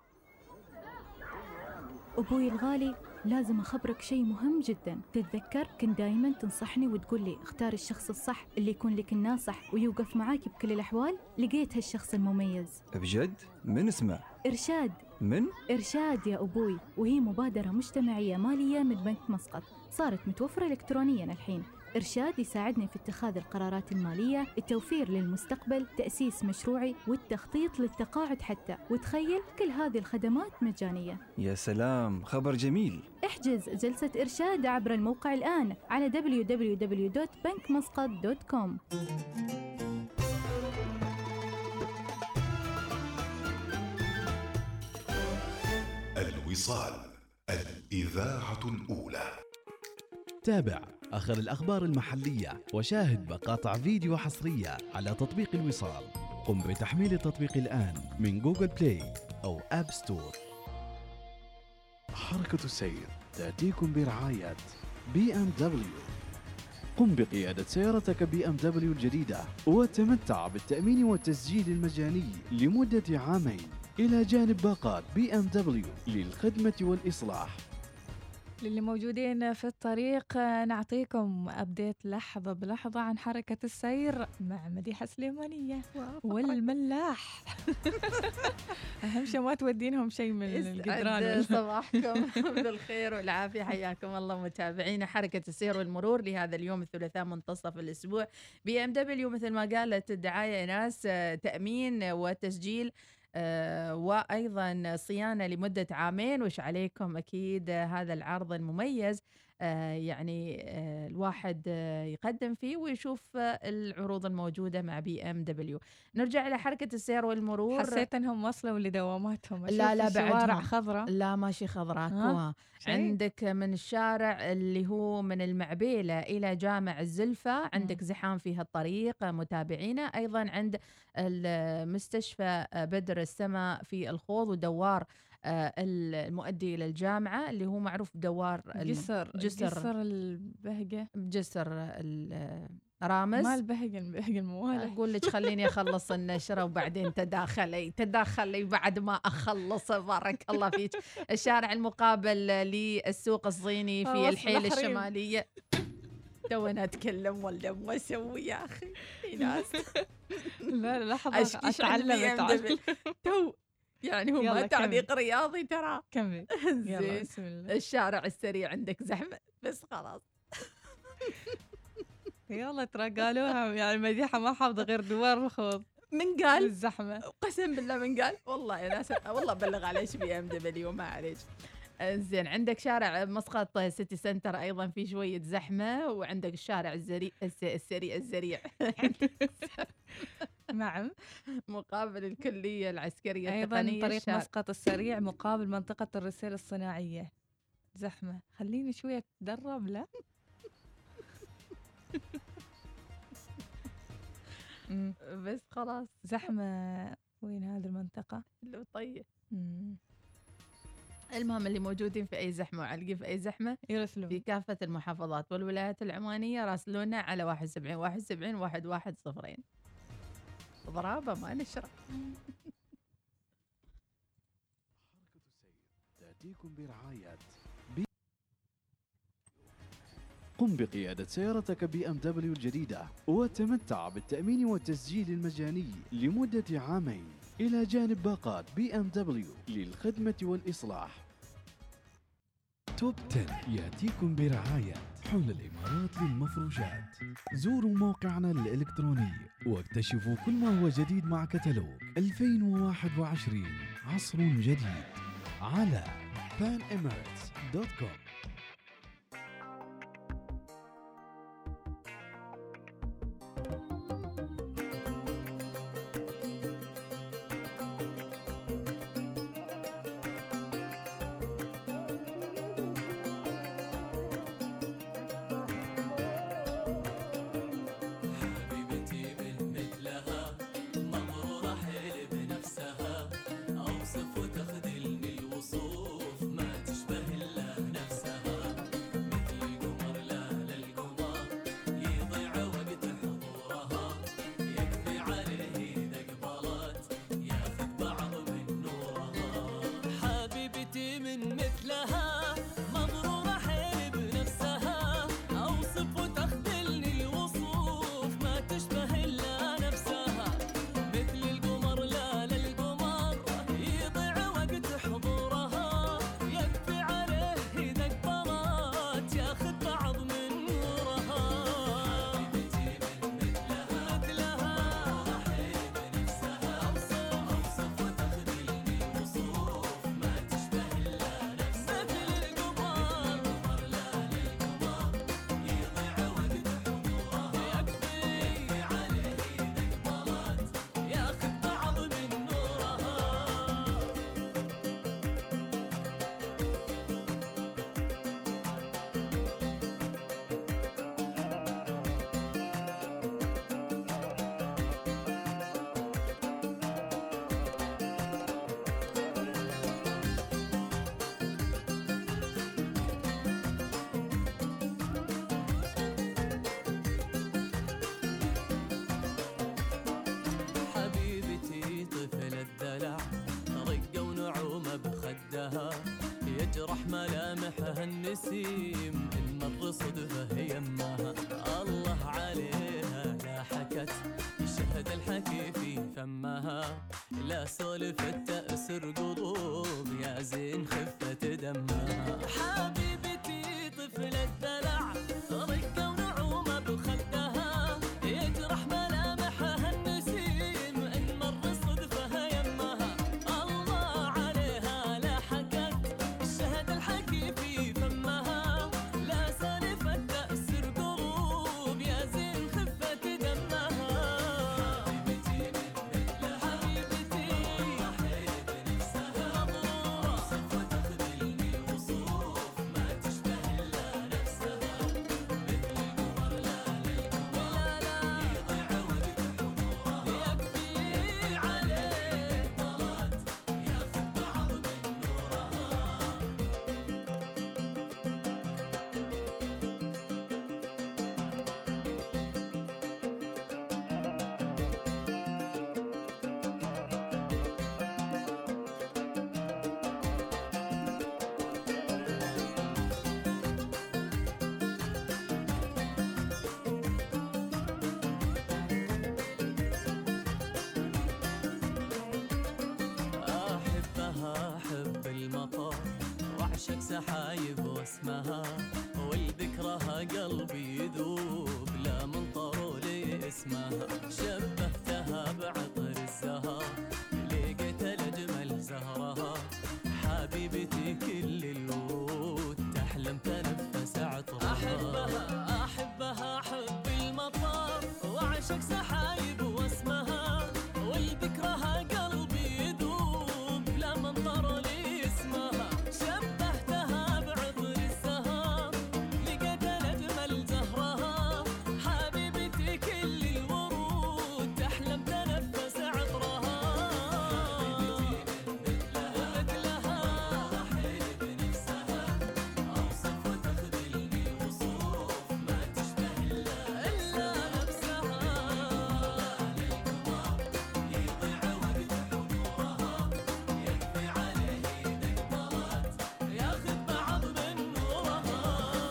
أبوي الغالي، لازم أخبرك شيء مهم جدا. تتذكر كنت دايما تنصحني وتقول لي اختار الشخص الصح اللي يكون لك الناصح ويوقف معاك بكل الأحوال. لقيت هالشخص المميز. بجد؟ من اسمه؟ إرشاد. من؟ إرشاد يا أبوي، وهي مبادرة مجتمعية مالية من بنك مسقط، صارت متوفرة إلكترونياً الحين. إرشاد يساعدني في اتخاذ القرارات المالية، التوفير للمستقبل، تأسيس مشروعي والتخطيط للتقاعد حتى، وتخيل كل هذه الخدمات مجانية. يا سلام، خبر جميل. احجز جلسة إرشاد عبر الموقع الآن على دبليو دبليو دبليو دوت بنك مسقط دوت كوم. الوصال، الإذاعة الأولى. تابع آخر الأخبار المحلية وشاهد مقاطع فيديو حصرية على تطبيق الوصال. قم بتحميل التطبيق الآن من جوجل بلاي أو آب ستور. حركة السير تأتيكم برعاية بي إم دبليو. قم بقيادة سيارتك بي إم دبليو الجديدة وتمتع بالتأمين والتسجيل المجاني لمدة عامين إلى جانب باقات بي إم دبليو للخدمة والإصلاح. للي موجودين في الطريق نعطيكم أبديت لحظة بلحظة عن حركة السير مع مديحة سليمانية والملاح. أهم شيء ما تودينهم شيء من الجدران. صباحكم بالخير والعافية، حياكم الله متابعينا. حركة السير والمرور لهذا اليوم الثلاثاء منتصف الأسبوع. بي إم دبليو مثل ما قالت الدعاية ناس تأمين وتسجيل آه وأيضا صيانة لمدة عامين. وش عليكم أكيد آه هذا العرض المميز آه يعني آه الواحد آه يقدم فيه ويشوف آه العروض الموجودة مع بي إم دبليو. نرجع إلى حركة السير والمرور. حسيت أنهم وصلوا لدواماتهم. لا لا شوارع خضراء. لا ماشي خضراء كوها. عندك من الشارع اللي هو من المعبيلة إلى جامع الزلفة عندك م. زحام في هالطريق متابعينا. أيضا عند المستشفى بدر السماء في الخوض ودوار المؤدي إلى الجامعة اللي هو معروف بدوار جسر جسر, جسر البهجة جسر رامز. ما البهجة البهجة الموالح. أقول لك خليني أخلص النشرة وبعدين تداخلي تداخلي بعد ما أخلص. بارك الله فيك. الشارع المقابل للسوق الصيني في الحيل الشمالية. تونا أتكلم ولا ما أسوي يا أخي ناس. لا لحظة أتعلم أتعلم تو يعني هو ما تعليق رياضي ترى. كمل. زين. الشارع السريع عندك زحمة بس خلاص. يلا ترى قالوها يعني مديحة ما حافظة غير دوار الخوض. من قال الزحمة؟ قسم بالله من قال. والله يا ناس والله بلغ عليش بي ام دبليو ما عليش. زين. عندك شارع مسقط سيتي سنتر أيضا في شوية زحمة. وعندك الشارع الزريع السريع الزريع نعم مقابل الكلية العسكرية أيضا التقنية. طريق الشارع. مسقط السريع مقابل منطقة الرسالة الصناعية زحمة. خليني شوية أتدرب. لا بس خلاص زحمة. وين هذه المنطقة؟ طيب المهم اللي موجودين في أي زحمة وعالقين في أي زحمة يرسلون في كافة المحافظات والولايات العمانية. راسلونا على واحد سبعين واحد سبعين واحد واحد صفرين. ضرابة ما نشرة. تأتيكم برعاية بي... قم بقيادة سيارتك بي إم دبليو الجديدة وتمتع بالتأمين والتسجيل المجاني لمدة عامين إلى جانب باقات بي إم دبليو للخدمة والإصلاح. توب عشرة يأتيكم برعاية حول الإمارات للمفروشات. زوروا موقعنا الإلكتروني واكتشفوا كل ما هو جديد مع كتالوج ألفين وواحد وعشرين عصر جديد على بان إماراتس دوت كوم. أوصف وتخذلني الوصوف ما تشبه الله نفسها. خدها يجرح ملامحها النسيم إن مر صدفه يمها الله عليها لا حكت شهد الحكي في فمها لا سولفت تأسر قلوب يا زين خفة دمها حبيبتي طفل الدلع رقة ونعومة بخدها يجرح ملامحها النسيم إن مر صدفها يمها الله عليها لا حكت شهد الحكي في فمها لا سالفت تأسر قلوب يا زين خفة دمها حبيبتي مثل حبيبتي حيل بنفسها وصف وتخذلني وصوف ما تشبه إلا نفسها مثل القمر لا للقمر يضيع وقت حضورها يكفي عليه طلعت ياخذ بعض من نورها أحبها أحب المطر وأعشق سحايب واسمها والذكرها قلبي يذوب لا منطر لي اسمها شبهتها بعطر الزهر لقيت الأجمل زهرها حبيبتي كل الورود تحلم تنفس عطرها أحبها أحبها أحب المطر وأعشق سحايب واسمها والذكرها قلبي يذوب لا منطر لي اسمها شبهتها بعطر الزهر لقيت الأجمل زهرها حبيبتي كل الورود تحلم تنفس عطرها مثلها حيل بنفسها أوصف وتخذلني وصوف ما تشبه إلا إلا نفسها للقمر يضيع وقت حضورها يكفي عليه إيدك طلعت ياخذ بعض من نورها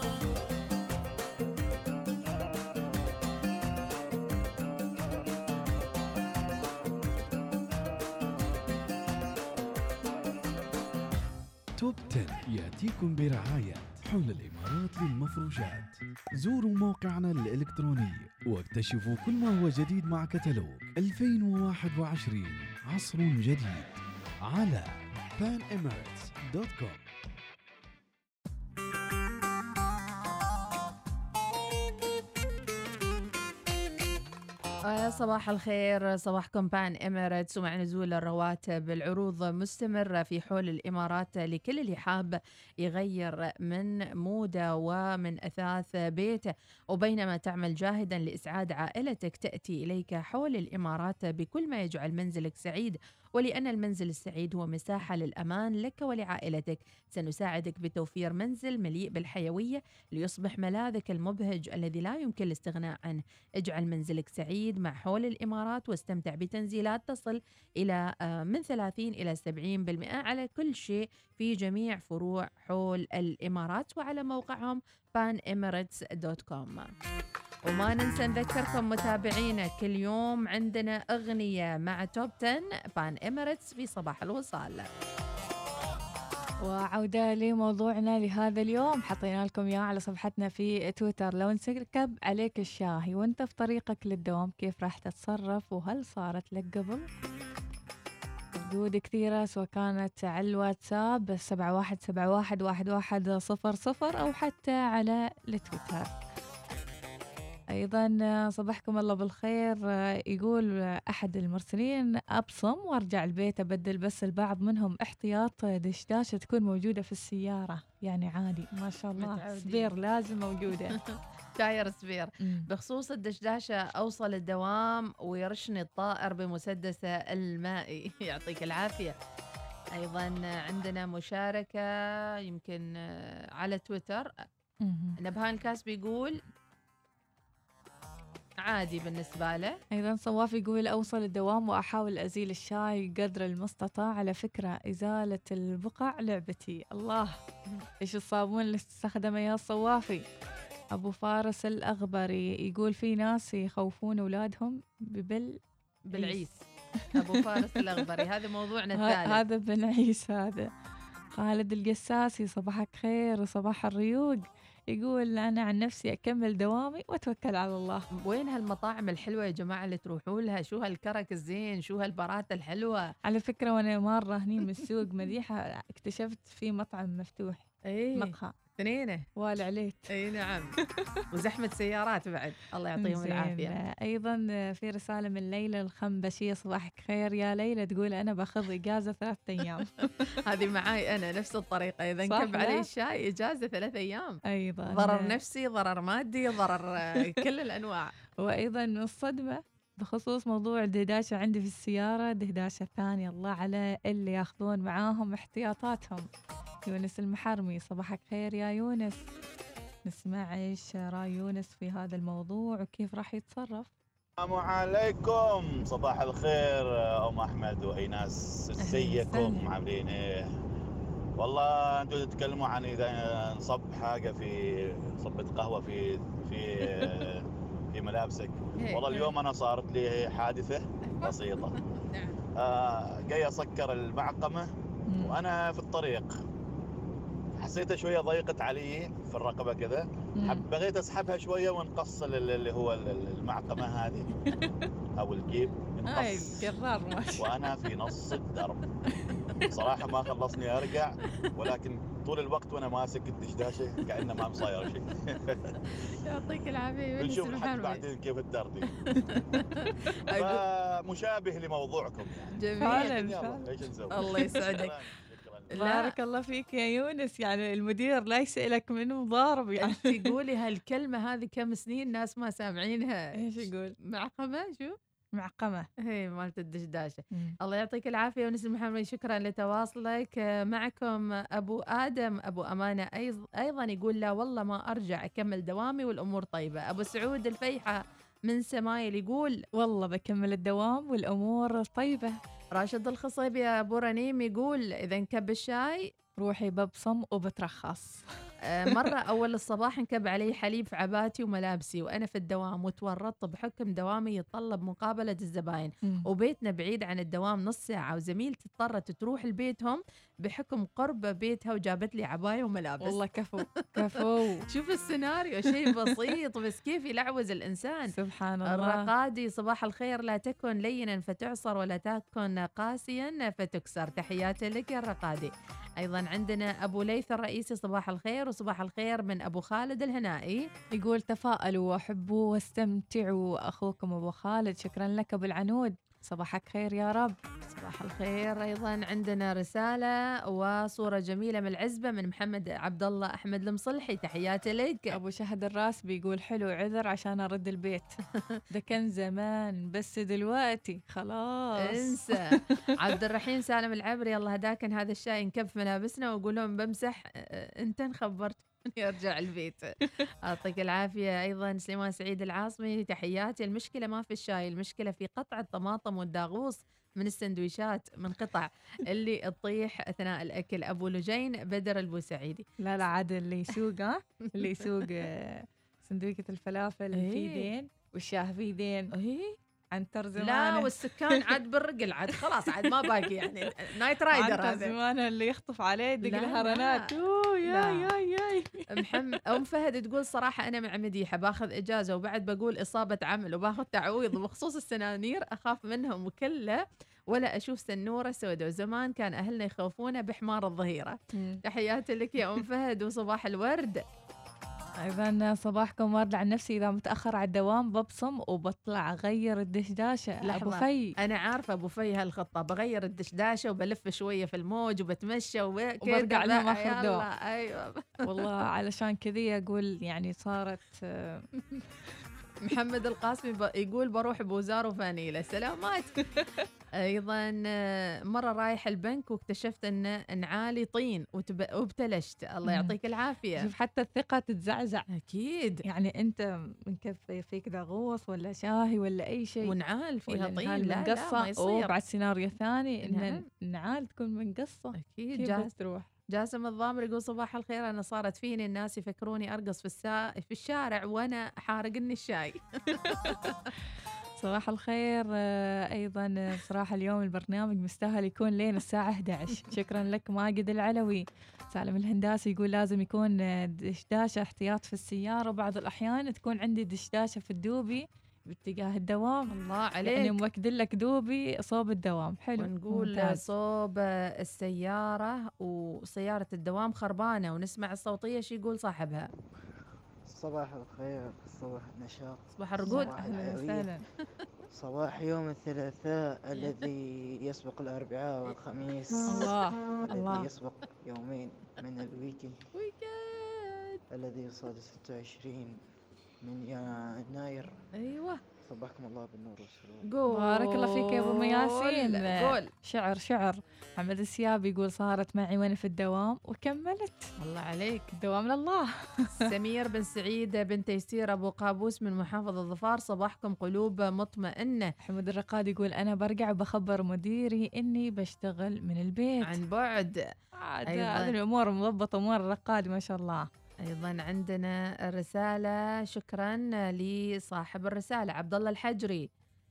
توب عشرة يأتيكم برعاية حول الإمارات للمفروشات. زوروا موقعنا الإلكتروني واكتشفوا كل ما هو جديد مع كتالوج ألفين وواحد وعشرين عصر جديد على بان إماراتس دوت كوم. آه، صباح الخير، صباحكم بان إميريتس. ومع نزول الرواتب العروض مستمرة في حول الإمارات لكل اللي حاب يغير من موده ومن أثاث بيته. وبينما تعمل جاهدا لإسعاد عائلتك تأتي إليك حول الإمارات بكل ما يجعل منزلك سعيد. ولأن المنزل السعيد هو مساحة للأمان لك ولعائلتك، سنساعدك بتوفير منزل مليء بالحيوية ليصبح ملاذك المبهج الذي لا يمكن الاستغناء عنه. اجعل منزلك سعيد مع حول الإمارات واستمتع بتنزيلات تصل إلى آه، من ثلاثين إلى سبعين بالمئة على كل شيء في جميع فروع حول الإمارات وعلى موقعهم بان إميريتس دوت كوم. وما ننسى نذكركم متابعينا كل يوم عندنا أغنية مع توب عشرة بان إميريتس في صباح الوصال. وعودة لموضوعنا لهذا اليوم، حطينا لكم إياه على صفحتنا في تويتر. لو انسكب عليك الشاهي وانت في طريقك للدوام كيف راح تتصرف، وهل صارت لك قبل؟ ردود كثيرة سواء كانت على الواتساب سبعة واحد سبعة واحد واحد واحد صفر صفر أو حتى على التويتر. أيضا صباحكم الله بالخير. يقول أحد المرسلين أبصم وأرجع البيت أبدل بس البعض منهم احتياط دشداشة تكون موجودة في السيارة، يعني عادي ما شاء الله متعودين. سبير لازم موجودة. تاير سبير. بخصوص الدشداشة أوصل الدوام ويرشني الطائر بمسدسه المائي. يعطيك العافية. أيضا عندنا مشاركة يمكن على تويتر. نبهان كاس بيقول عادي بالنسبة له. أيضا صواف يقول أوصل الدوام وأحاول أزيل الشاي قدر المستطاع. على فكرة إزالة البقع لعبتي. الله، إيش الصابون اللي تستخدمه يا صوافي؟ أبو فارس الأغبري يقول في ناس يخوفون أولادهم ببل بالعيس. أبو فارس الأغبري، هذا موضوعنا الثالث. هذا بالعيس. هذا خالد القساسي، صباحك خير وصباح الريوق. يقول أنا عن نفسي أكمل دوامي وأتوكل على الله. وين هالمطاعم الحلوة يا جماعة اللي تروحوا لها؟ شو هالكرك الزين، شو هالبراتة الحلوة. على فكرة وأنا مرة هني من السوق مديحة اكتشفت في مطعم مفتوح. ايه مقهى اثنينه والعليت. اي نعم. وزحمة سيارات بعد، الله يعطيهم العافية. أيضا في رسالة من ليلى الخنبشية، صباحك خير يا ليلى، تقول أنا باخذ إجازة ثلاثة أيام. هذه معاي أنا نفس الطريقة، إذا انكب علي الشاي إجازة ثلاثة أيام. أيضا ضرر نفسي، ضرر مادي، ضرر كل الأنواع. وأيضا من الصدمة بخصوص موضوع الدهداشة عندي في السيارة، دهداشة ثانية، الله على اللي ياخذون معاهم احتياطاتهم. يونس المحرمي، صباحك خير يا يونس. نسمع ايش راي يونس في هذا الموضوع وكيف راح يتصرف. السلام عليكم، صباح الخير ام احمد وايناس، ازيكم عاملين ايه؟ والله انتم تتكلموا عن اذا نصب حاجه في صبة قهوه في في في ملابسك. والله اليوم انا صارت لي حادثه بسيطه. آه جاي اسكر المعقمه وانا في الطريق، حسيتها شويه ضيقت علي في الرقبه كذا، بغيت اسحبها شويه ونقص اللي هو المعقمه هذه او الجيب نقص وانا في نص الدرب. صراحه ما خلصني ارجع، ولكن طول الوقت وانا ماسك الدشداشه كانه ما مصاير شيء. يعطيك العافيه. بنشوف حتى بعدين كيف الدردي. فمشابه لموضوعكم يعني. جميل فعلا. ايش نسوي؟ الله يسعدك. بارك الله فيك يا يونس، يعني المدير لا يسألك منه ضارب يعني. انت قولي هالكلمة هذه كم سنين ناس ما سامعينها. ايش يقول؟ معقمة شو؟ معقمة هي مالت الدشداشة. الله يعطيك العافية يونس المحمد، شكرا لتواصلك معكم. أبو آدم أبو أمانة أيضا يقول لا والله ما أرجع أكمل دوامي والأمور طيبة. أبو سعود الفيحة من سمايل يقول والله بكمل الدوام والأمور طيبة. راشد الخصيب يا أبو رنيم يقول إذا انكب الشاي روحي ببصم وبترخص. مرة أول الصباح انكب علي حليب في عباتي وملابسي وأنا في الدوام، وتورطت بحكم دوامي يتطلب مقابلة الزباين، وبيتنا بعيد عن الدوام نص ساعة، وزميلتي اضطرت تروح لبيتهم بحكم قرب بيتها وجابت لي عباية وملابس. والله كفو كفو. شوف السيناريو شيء بسيط بس كيف يلعوز الإنسان. سبحان الله. الرقادي صباح الخير، لا تكن لينا فتعصر ولا تكن قاسيا فتكسر. تحياتي لك يا الرقادي. أيضا عندنا أبو ليث الرئيسي، صباح الخير. وصباح الخير من أبو خالد الهنائي يقول تفائلوا وحبوا واستمتعوا. أخوكم أبو خالد. شكرا لك أبو العنود، صباحك خير يا رب. صباح الخير. أيضا عندنا رسالة وصورة جميلة من العزبة من محمد عبد الله أحمد المصلحي، تحياتي لك. أبو شهد الراس بيقول حلو، عذر عشان أرد البيت. ده كان زمان بس دلوقتي خلاص انسى. عبد الرحيم سالم العبري، الله هداك هذا الشاي انكب في ملابسنا وأقول لهم بمسح انت خبرت يرجع البيت. يعطيك العافية. أيضا سليمان سعيد العاصمي، تحياتي. المشكلة ما في الشاي، المشكلة في قطع الطماطم والداغوص من السندويشات من قطع اللي تطيح أثناء الأكل. أبو لجين بدر البوسعيدي. لا لا عاد اللي يسوق ها اللي يسوق سندويكة الفلافل إيه؟ في دين والشاه في دين. إيه؟ عنتر زمانه. لا والسكان عاد بالرجل عاد خلاص عاد ما باقي يعني نايت رايدر هذا. عنتر زمانه اللي يخطف عليه يدق الهرنات. اوه يا يا يا محمد ام فهد تقول صراحه انا مع مديحه باخذ اجازه وبعد بقول اصابه عمل وباخذ تعويض، وبخصوص السنانير اخاف منهم وكله ولا اشوف سنوره سوداء، وزمان كان اهلنا يخوفونا بحمار الظهيره. تحياتي لك يا ام فهد وصباح الورد. ايضا صباحكم ورد. عن نفسي اذا متاخر على الدوام ببصم وبطلع اغير الدشداشه. ابو في انا عارفه ابو في هالخطه، بغير الدشداشه وبلف شويه في الموج وبتمشى وبرجع لهم اخر دوام. ايوه والله علشان كذي اقول يعني صارت. محمد القاسمي يقول بروح بوزار وفانيله. سلامات. ايضا آه، مره رايح البنك واكتشفت ان انعالي طين وتب... وابتلشت. الله مم. يعطيك العافيه. شوف حتى الثقة تتزعزع. اكيد. يعني انت مكفي فيك ذا غوص ولا شاهي ولا اي شيء ونعال فيها ولا طين. نعال لا لا منقصة. ما يصير. وبعد سيناريو ثاني ان نعم. النعال تكون منقصة. اكيد. كيف جا- بس تروح؟ جاسم الضامر يقول صباح الخير، انا صارت فيني الناس يفكروني ارقص في السا... في الشارع وانا حارقني الشاي. صباح الخير. آه، ايضا آه، بصراحه اليوم البرنامج مستاهل يكون لين الساعه إحدى عشر. شكرا لك ماجد العلوي. سالم الهنداسي يقول لازم يكون آه، دشداشه احتياط في السياره، بعض الاحيان تكون عندي دشداشه في الدوبي باتجاه الدوام. الله عليك. يعني موكدين لك دوبي صوب الدوام. حلو. ونقول ممتاز. صوب السياره وسياره الدوام خربانه ونسمع الصوتيه شو يقول صاحبها. صباح الخير، صباح النشاط، صباح الرقود. صباح اهلا الحيوية، وسهلا. صباح يوم الثلاثاء الذي يسبق الأربعاء والخميس، الله الذي الله. يسبق يومين من الويكند ويكند. الذي يصادف ستة وعشرين من يناير. ايوه. صبحكم الله بالنور والسرور. قول. بارك الله فيك يا ابو مياسين. قول. شعر شعر. محمد السياب يقول صارت معي وانا في الدوام وكملت. الله عليك. الدوام لله. سمير بن سعيد بن تيسير ابو قابوس من محافظه الظفار، صباحكم قلوب مطمئنه. حمد الرقاد يقول انا برجع وبخبر مديري اني بشتغل من البيت عن بعد. عاد أيضاً. هذه الامور مضبطه، امور الرقاد ما شاء الله. ايضا عندنا الرساله، شكرا لصاحب الرساله عبد الله الحجري.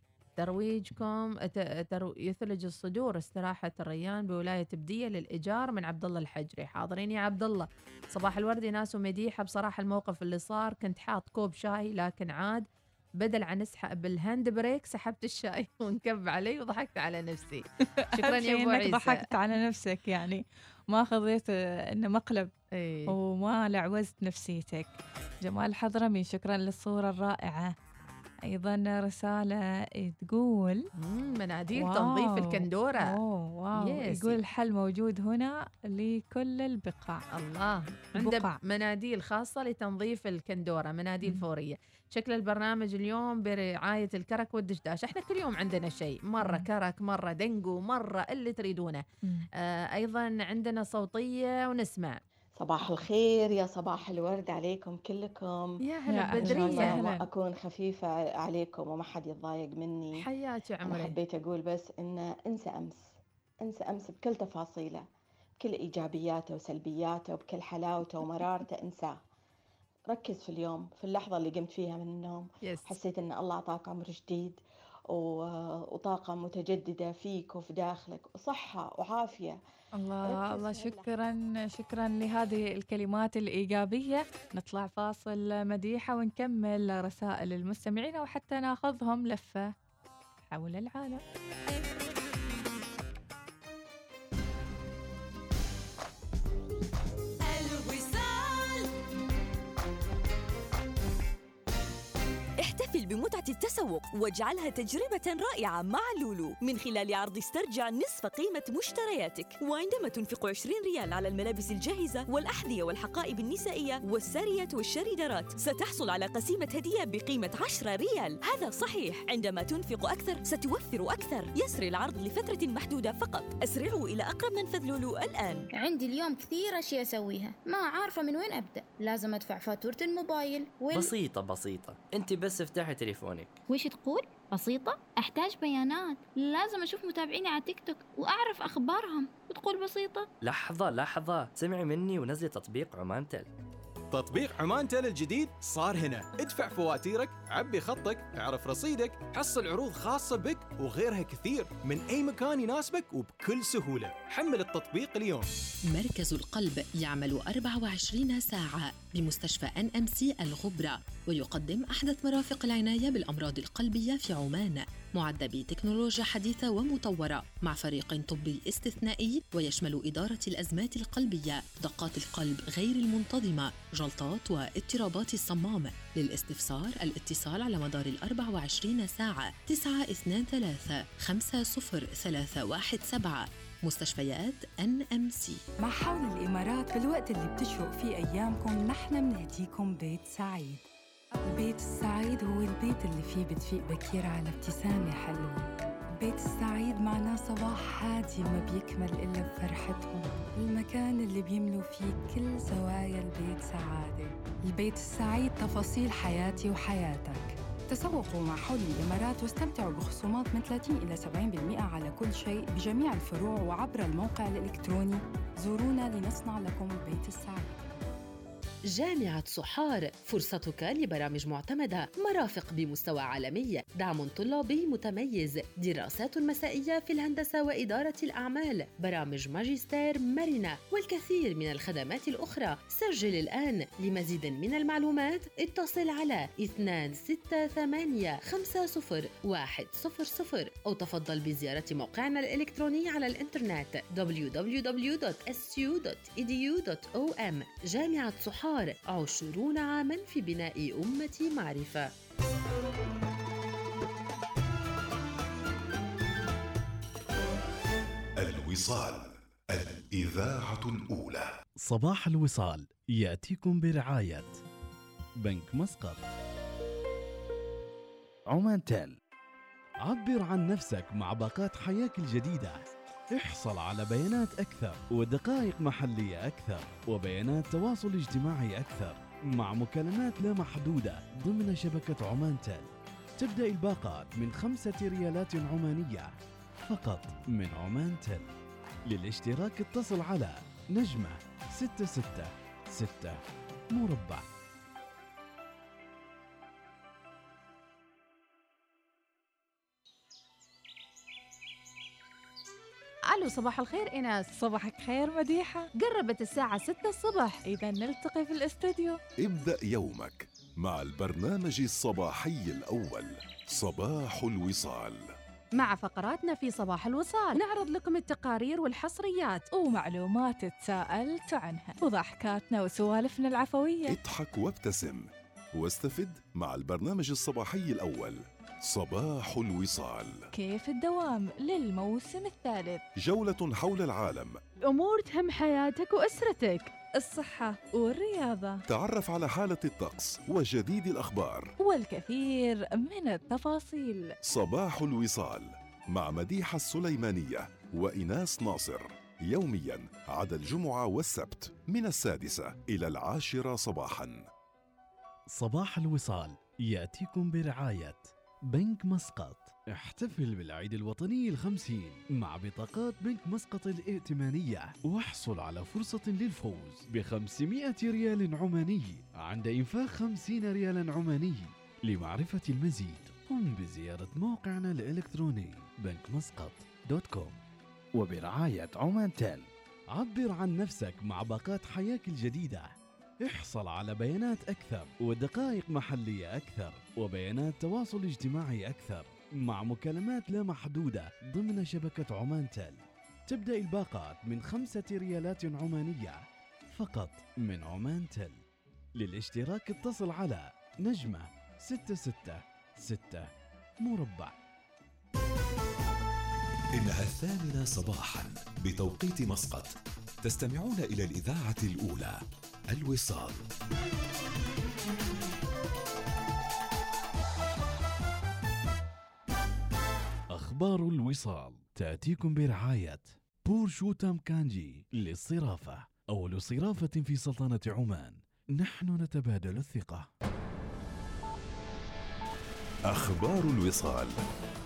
ترويجكم ت- ترو يثلج الصدور استراحه الريان بولايه بديه للايجار من عبد الله الحجري. حاضرين يا عبد الله. صباح الورد ناس ومديحه. بصراحه الموقف اللي صار كنت حاط كوب شاي لكن عاد بدل عن اسحب بالهاند بريك سحبت الشاي وانكب علي وضحكت على نفسي. شكرا أهم يا شيء ابو إنك عيسى. ضحكت على نفسك، يعني ما خذيت آه، انه مقلب ايه. وما لعوزت نفسيتك. جمال حضرمي شكرا للصوره الرائعه. ايضا رساله تقول مم، مناديل واو. تنظيف الكندوره. أوه واو. يس. يقول الحل موجود هنا لكل البقاع. الله. عنده بقع. مناديل خاصة لتنظيف الكندورة، مناديل مم. فورية. شكل البرنامج اليوم برعاية الكرك والدشداش. احنا كل يوم عندنا شيء، مرة مم. كرك، مرة دنجو، مرة اللي تريدونه. مم. آه أيضا عندنا صوتية ونسمع. صباح الخير، يا صباح الورد عليكم كلكم. يا يا هلا أهلا إن شاء الله بدرية. وسهلا. ما أكون خفيفة عليكم وما حد يتضايق مني. حياك يا أنا عمري. حبيت أقول بس إن انسى أمس، انسى أمس بكل تفاصيله، بكل إيجابياته وسلبياته وبكل حلاوته ومرارته، انساه. ركز في اليوم، في اللحظة اللي قمت فيها من النوم. يس. حسيت إن الله أعطاك عمر جديد و- وطاقة متجددة فيك وفي داخلك وصحة وعافية. الله ركز الله. في هاللحظة. شكرا شكرا لهذه الكلمات الإيجابية. نطلع فاصل مديحة ونكمل رسائل المستمعين وحتى ناخذهم لفة حول العالم. الوصال. احتفل بمتعة التسوق واجعلها تجربة رائعة مع لولو من خلال عرض استرجع نصف قيمة مشترياتك. وعندما تنفق عشرين ريال على الملابس الجاهزة والأحذية والحقائب النسائية والساريات والشريدرات ستحصل على قسيمة هدية بقيمة عشرة ريال. هذا صحيح، عندما تنفق أكثر ستوفر أكثر. يسري العرض لفترة محدودة فقط. أسرعوا إلى أقرب منفذ لولو الآن. عندي اليوم كثير أشياء أسويها، ما عارفة من وين أبدأ. لازم أدفع فاتورة الموبايل وال... بسيطة بسيطة، انت بس افتحي تليفونك. وش تقول؟ بسيطة؟ أحتاج بيانات، لازم أشوف متابعيني على تيك توك وأعرف أخبارهم. وتقول بسيطة؟ لحظة لحظة، سمعي مني ونزلي تطبيق عمان تل. تطبيق عمان تل الجديد صار هنا. ادفع فواتيرك، عبي خطك، اعرف رصيدك، حصل عروض خاصة بك وغيرها كثير من أي مكان يناسبك وبكل سهولة. حمل التطبيق اليوم. مركز القلب يعمل أربع وعشرين ساعة بمستشفى أن أم سي الغبرة، ويقدم أحدث مرافق العناية بالأمراض القلبية في عمان، معدة بتكنولوجيا حديثة ومطورة مع فريق طبي استثنائي، ويشمل إدارة الأزمات القلبية، دقات القلب غير المنتظمة، جلطات واضطرابات الصمام. للاستفسار الاتصال على مدار الأربع وعشرين ساعة تسعة اثنان ثلاثة خمسة صفر ثلاثة واحد سبعة. مستشفيات أن أم سي. مع حول الإمارات في الوقت اللي بتشرق فيه أيامكم نحن بنهديكم بيت سعيد. البيت السعيد هو البيت اللي فيه بتفيق بكير على ابتسامة حلوة، البيت السعيد معناه صباح هادي ما بيكمل إلا بفرحتهم، المكان اللي بيملوا فيه كل زوايا البيت سعادة. البيت السعيد تفاصيل حياتي وحياتك. تسوقوا مع حول الإمارات واستمتعوا بخصومات من ثلاثين إلى سبعين بالمئة على كل شيء بجميع الفروع وعبر الموقع الإلكتروني. زورونا لنصنع لكم البيت السعيد. جامعة صحار، فرصتك لبرامج معتمدة، مرافق بمستوى عالمي، دعم طلابي متميز، دراسات مسائية في الهندسة وإدارة الأعمال، برامج ماجستير مرنة والكثير من الخدمات الأخرى. سجل الآن. لمزيد من المعلومات اتصل على اثنين ستة ثمانية خمسة صفر واحد صفر صفر أو تفضل بزيارة موقعنا الإلكتروني على الإنترنت دبليو دبليو دبليو دوت إس يو دوت إي دي يو دوت أو إم. جامعة صحار، عشرون عاماً في بناء أمة معرفة. الوصال، الإذاعة الأولى. صباح الوصال يأتيكم برعاية بنك مسقط، عمان تيل. عبر عن نفسك مع باقات حياك الجديدة. احصل على بيانات أكثر ودقائق محلية أكثر وبيانات تواصل اجتماعي أكثر مع مكالمات لا محدودة ضمن شبكة عمان تيل. تبدأ الباقات من خمسة ريالات عمانية فقط من عمان تيل. للاشتراك اتصل على نجمة ستة ستة ستة مربع. ألو، صباح الخير إيناس. صباحك خير مديحة. قربت الساعة ستة الصبح، إذا نلتقي في الاستوديو. ابدأ يومك مع البرنامج الصباحي الأول، صباح الوصال. مع فقراتنا في صباح الوصال نعرض لكم التقارير والحصريات ومعلومات تساءلت عنها وضحكاتنا وسوالفنا العفوية. اضحك وابتسم واستفد مع البرنامج الصباحي الأول، صباح الوصال. كيف الدوام للموسم الثالث، جولة حول العالم، أمور تهم حياتك وأسرتك، الصحة والرياضة، تعرف على حالة الطقس وجديد الأخبار والكثير من التفاصيل. صباح الوصال مع مديحة السليمانية وإناس ناصر، يومياً عدا الجمعة والسبت من السادسة إلى العاشرة صباحاً. صباح الوصال يأتيكم برعاية بنك مسقط. احتفل بالعيد الوطني الخمسين مع بطاقات بنك مسقط الائتمانية واحصل على فرصة للفوز بخمسمائة ريال عماني عند إنفاق خمسين ريالا عماني. لمعرفة المزيد قم بزيارة موقعنا الإلكتروني بنك مسقط دوت كوم. وبرعاية عمان تيل. عبر عن نفسك مع باقات حياك الجديدة. احصل على بيانات أكثر ودقائق محلية أكثر وبيانات تواصل اجتماعي أكثر مع مكالمات لا محدودة ضمن شبكة عمان تيل. تبدأ الباقات من خمسة ريالات عمانية فقط من عمان تيل. للاشتراك اتصل على نجمة ستة ستة ستة مربع. إنها الثامنة صباحا بتوقيت مسقط. تستمعون إلى الإذاعة الأولى، الوصال. أخبار الوصال تأتيكم برعاية بورشوتام كانجي للصرافة، أول صرافة في سلطنة عمان. نحن نتبادل الثقة. أخبار الوصال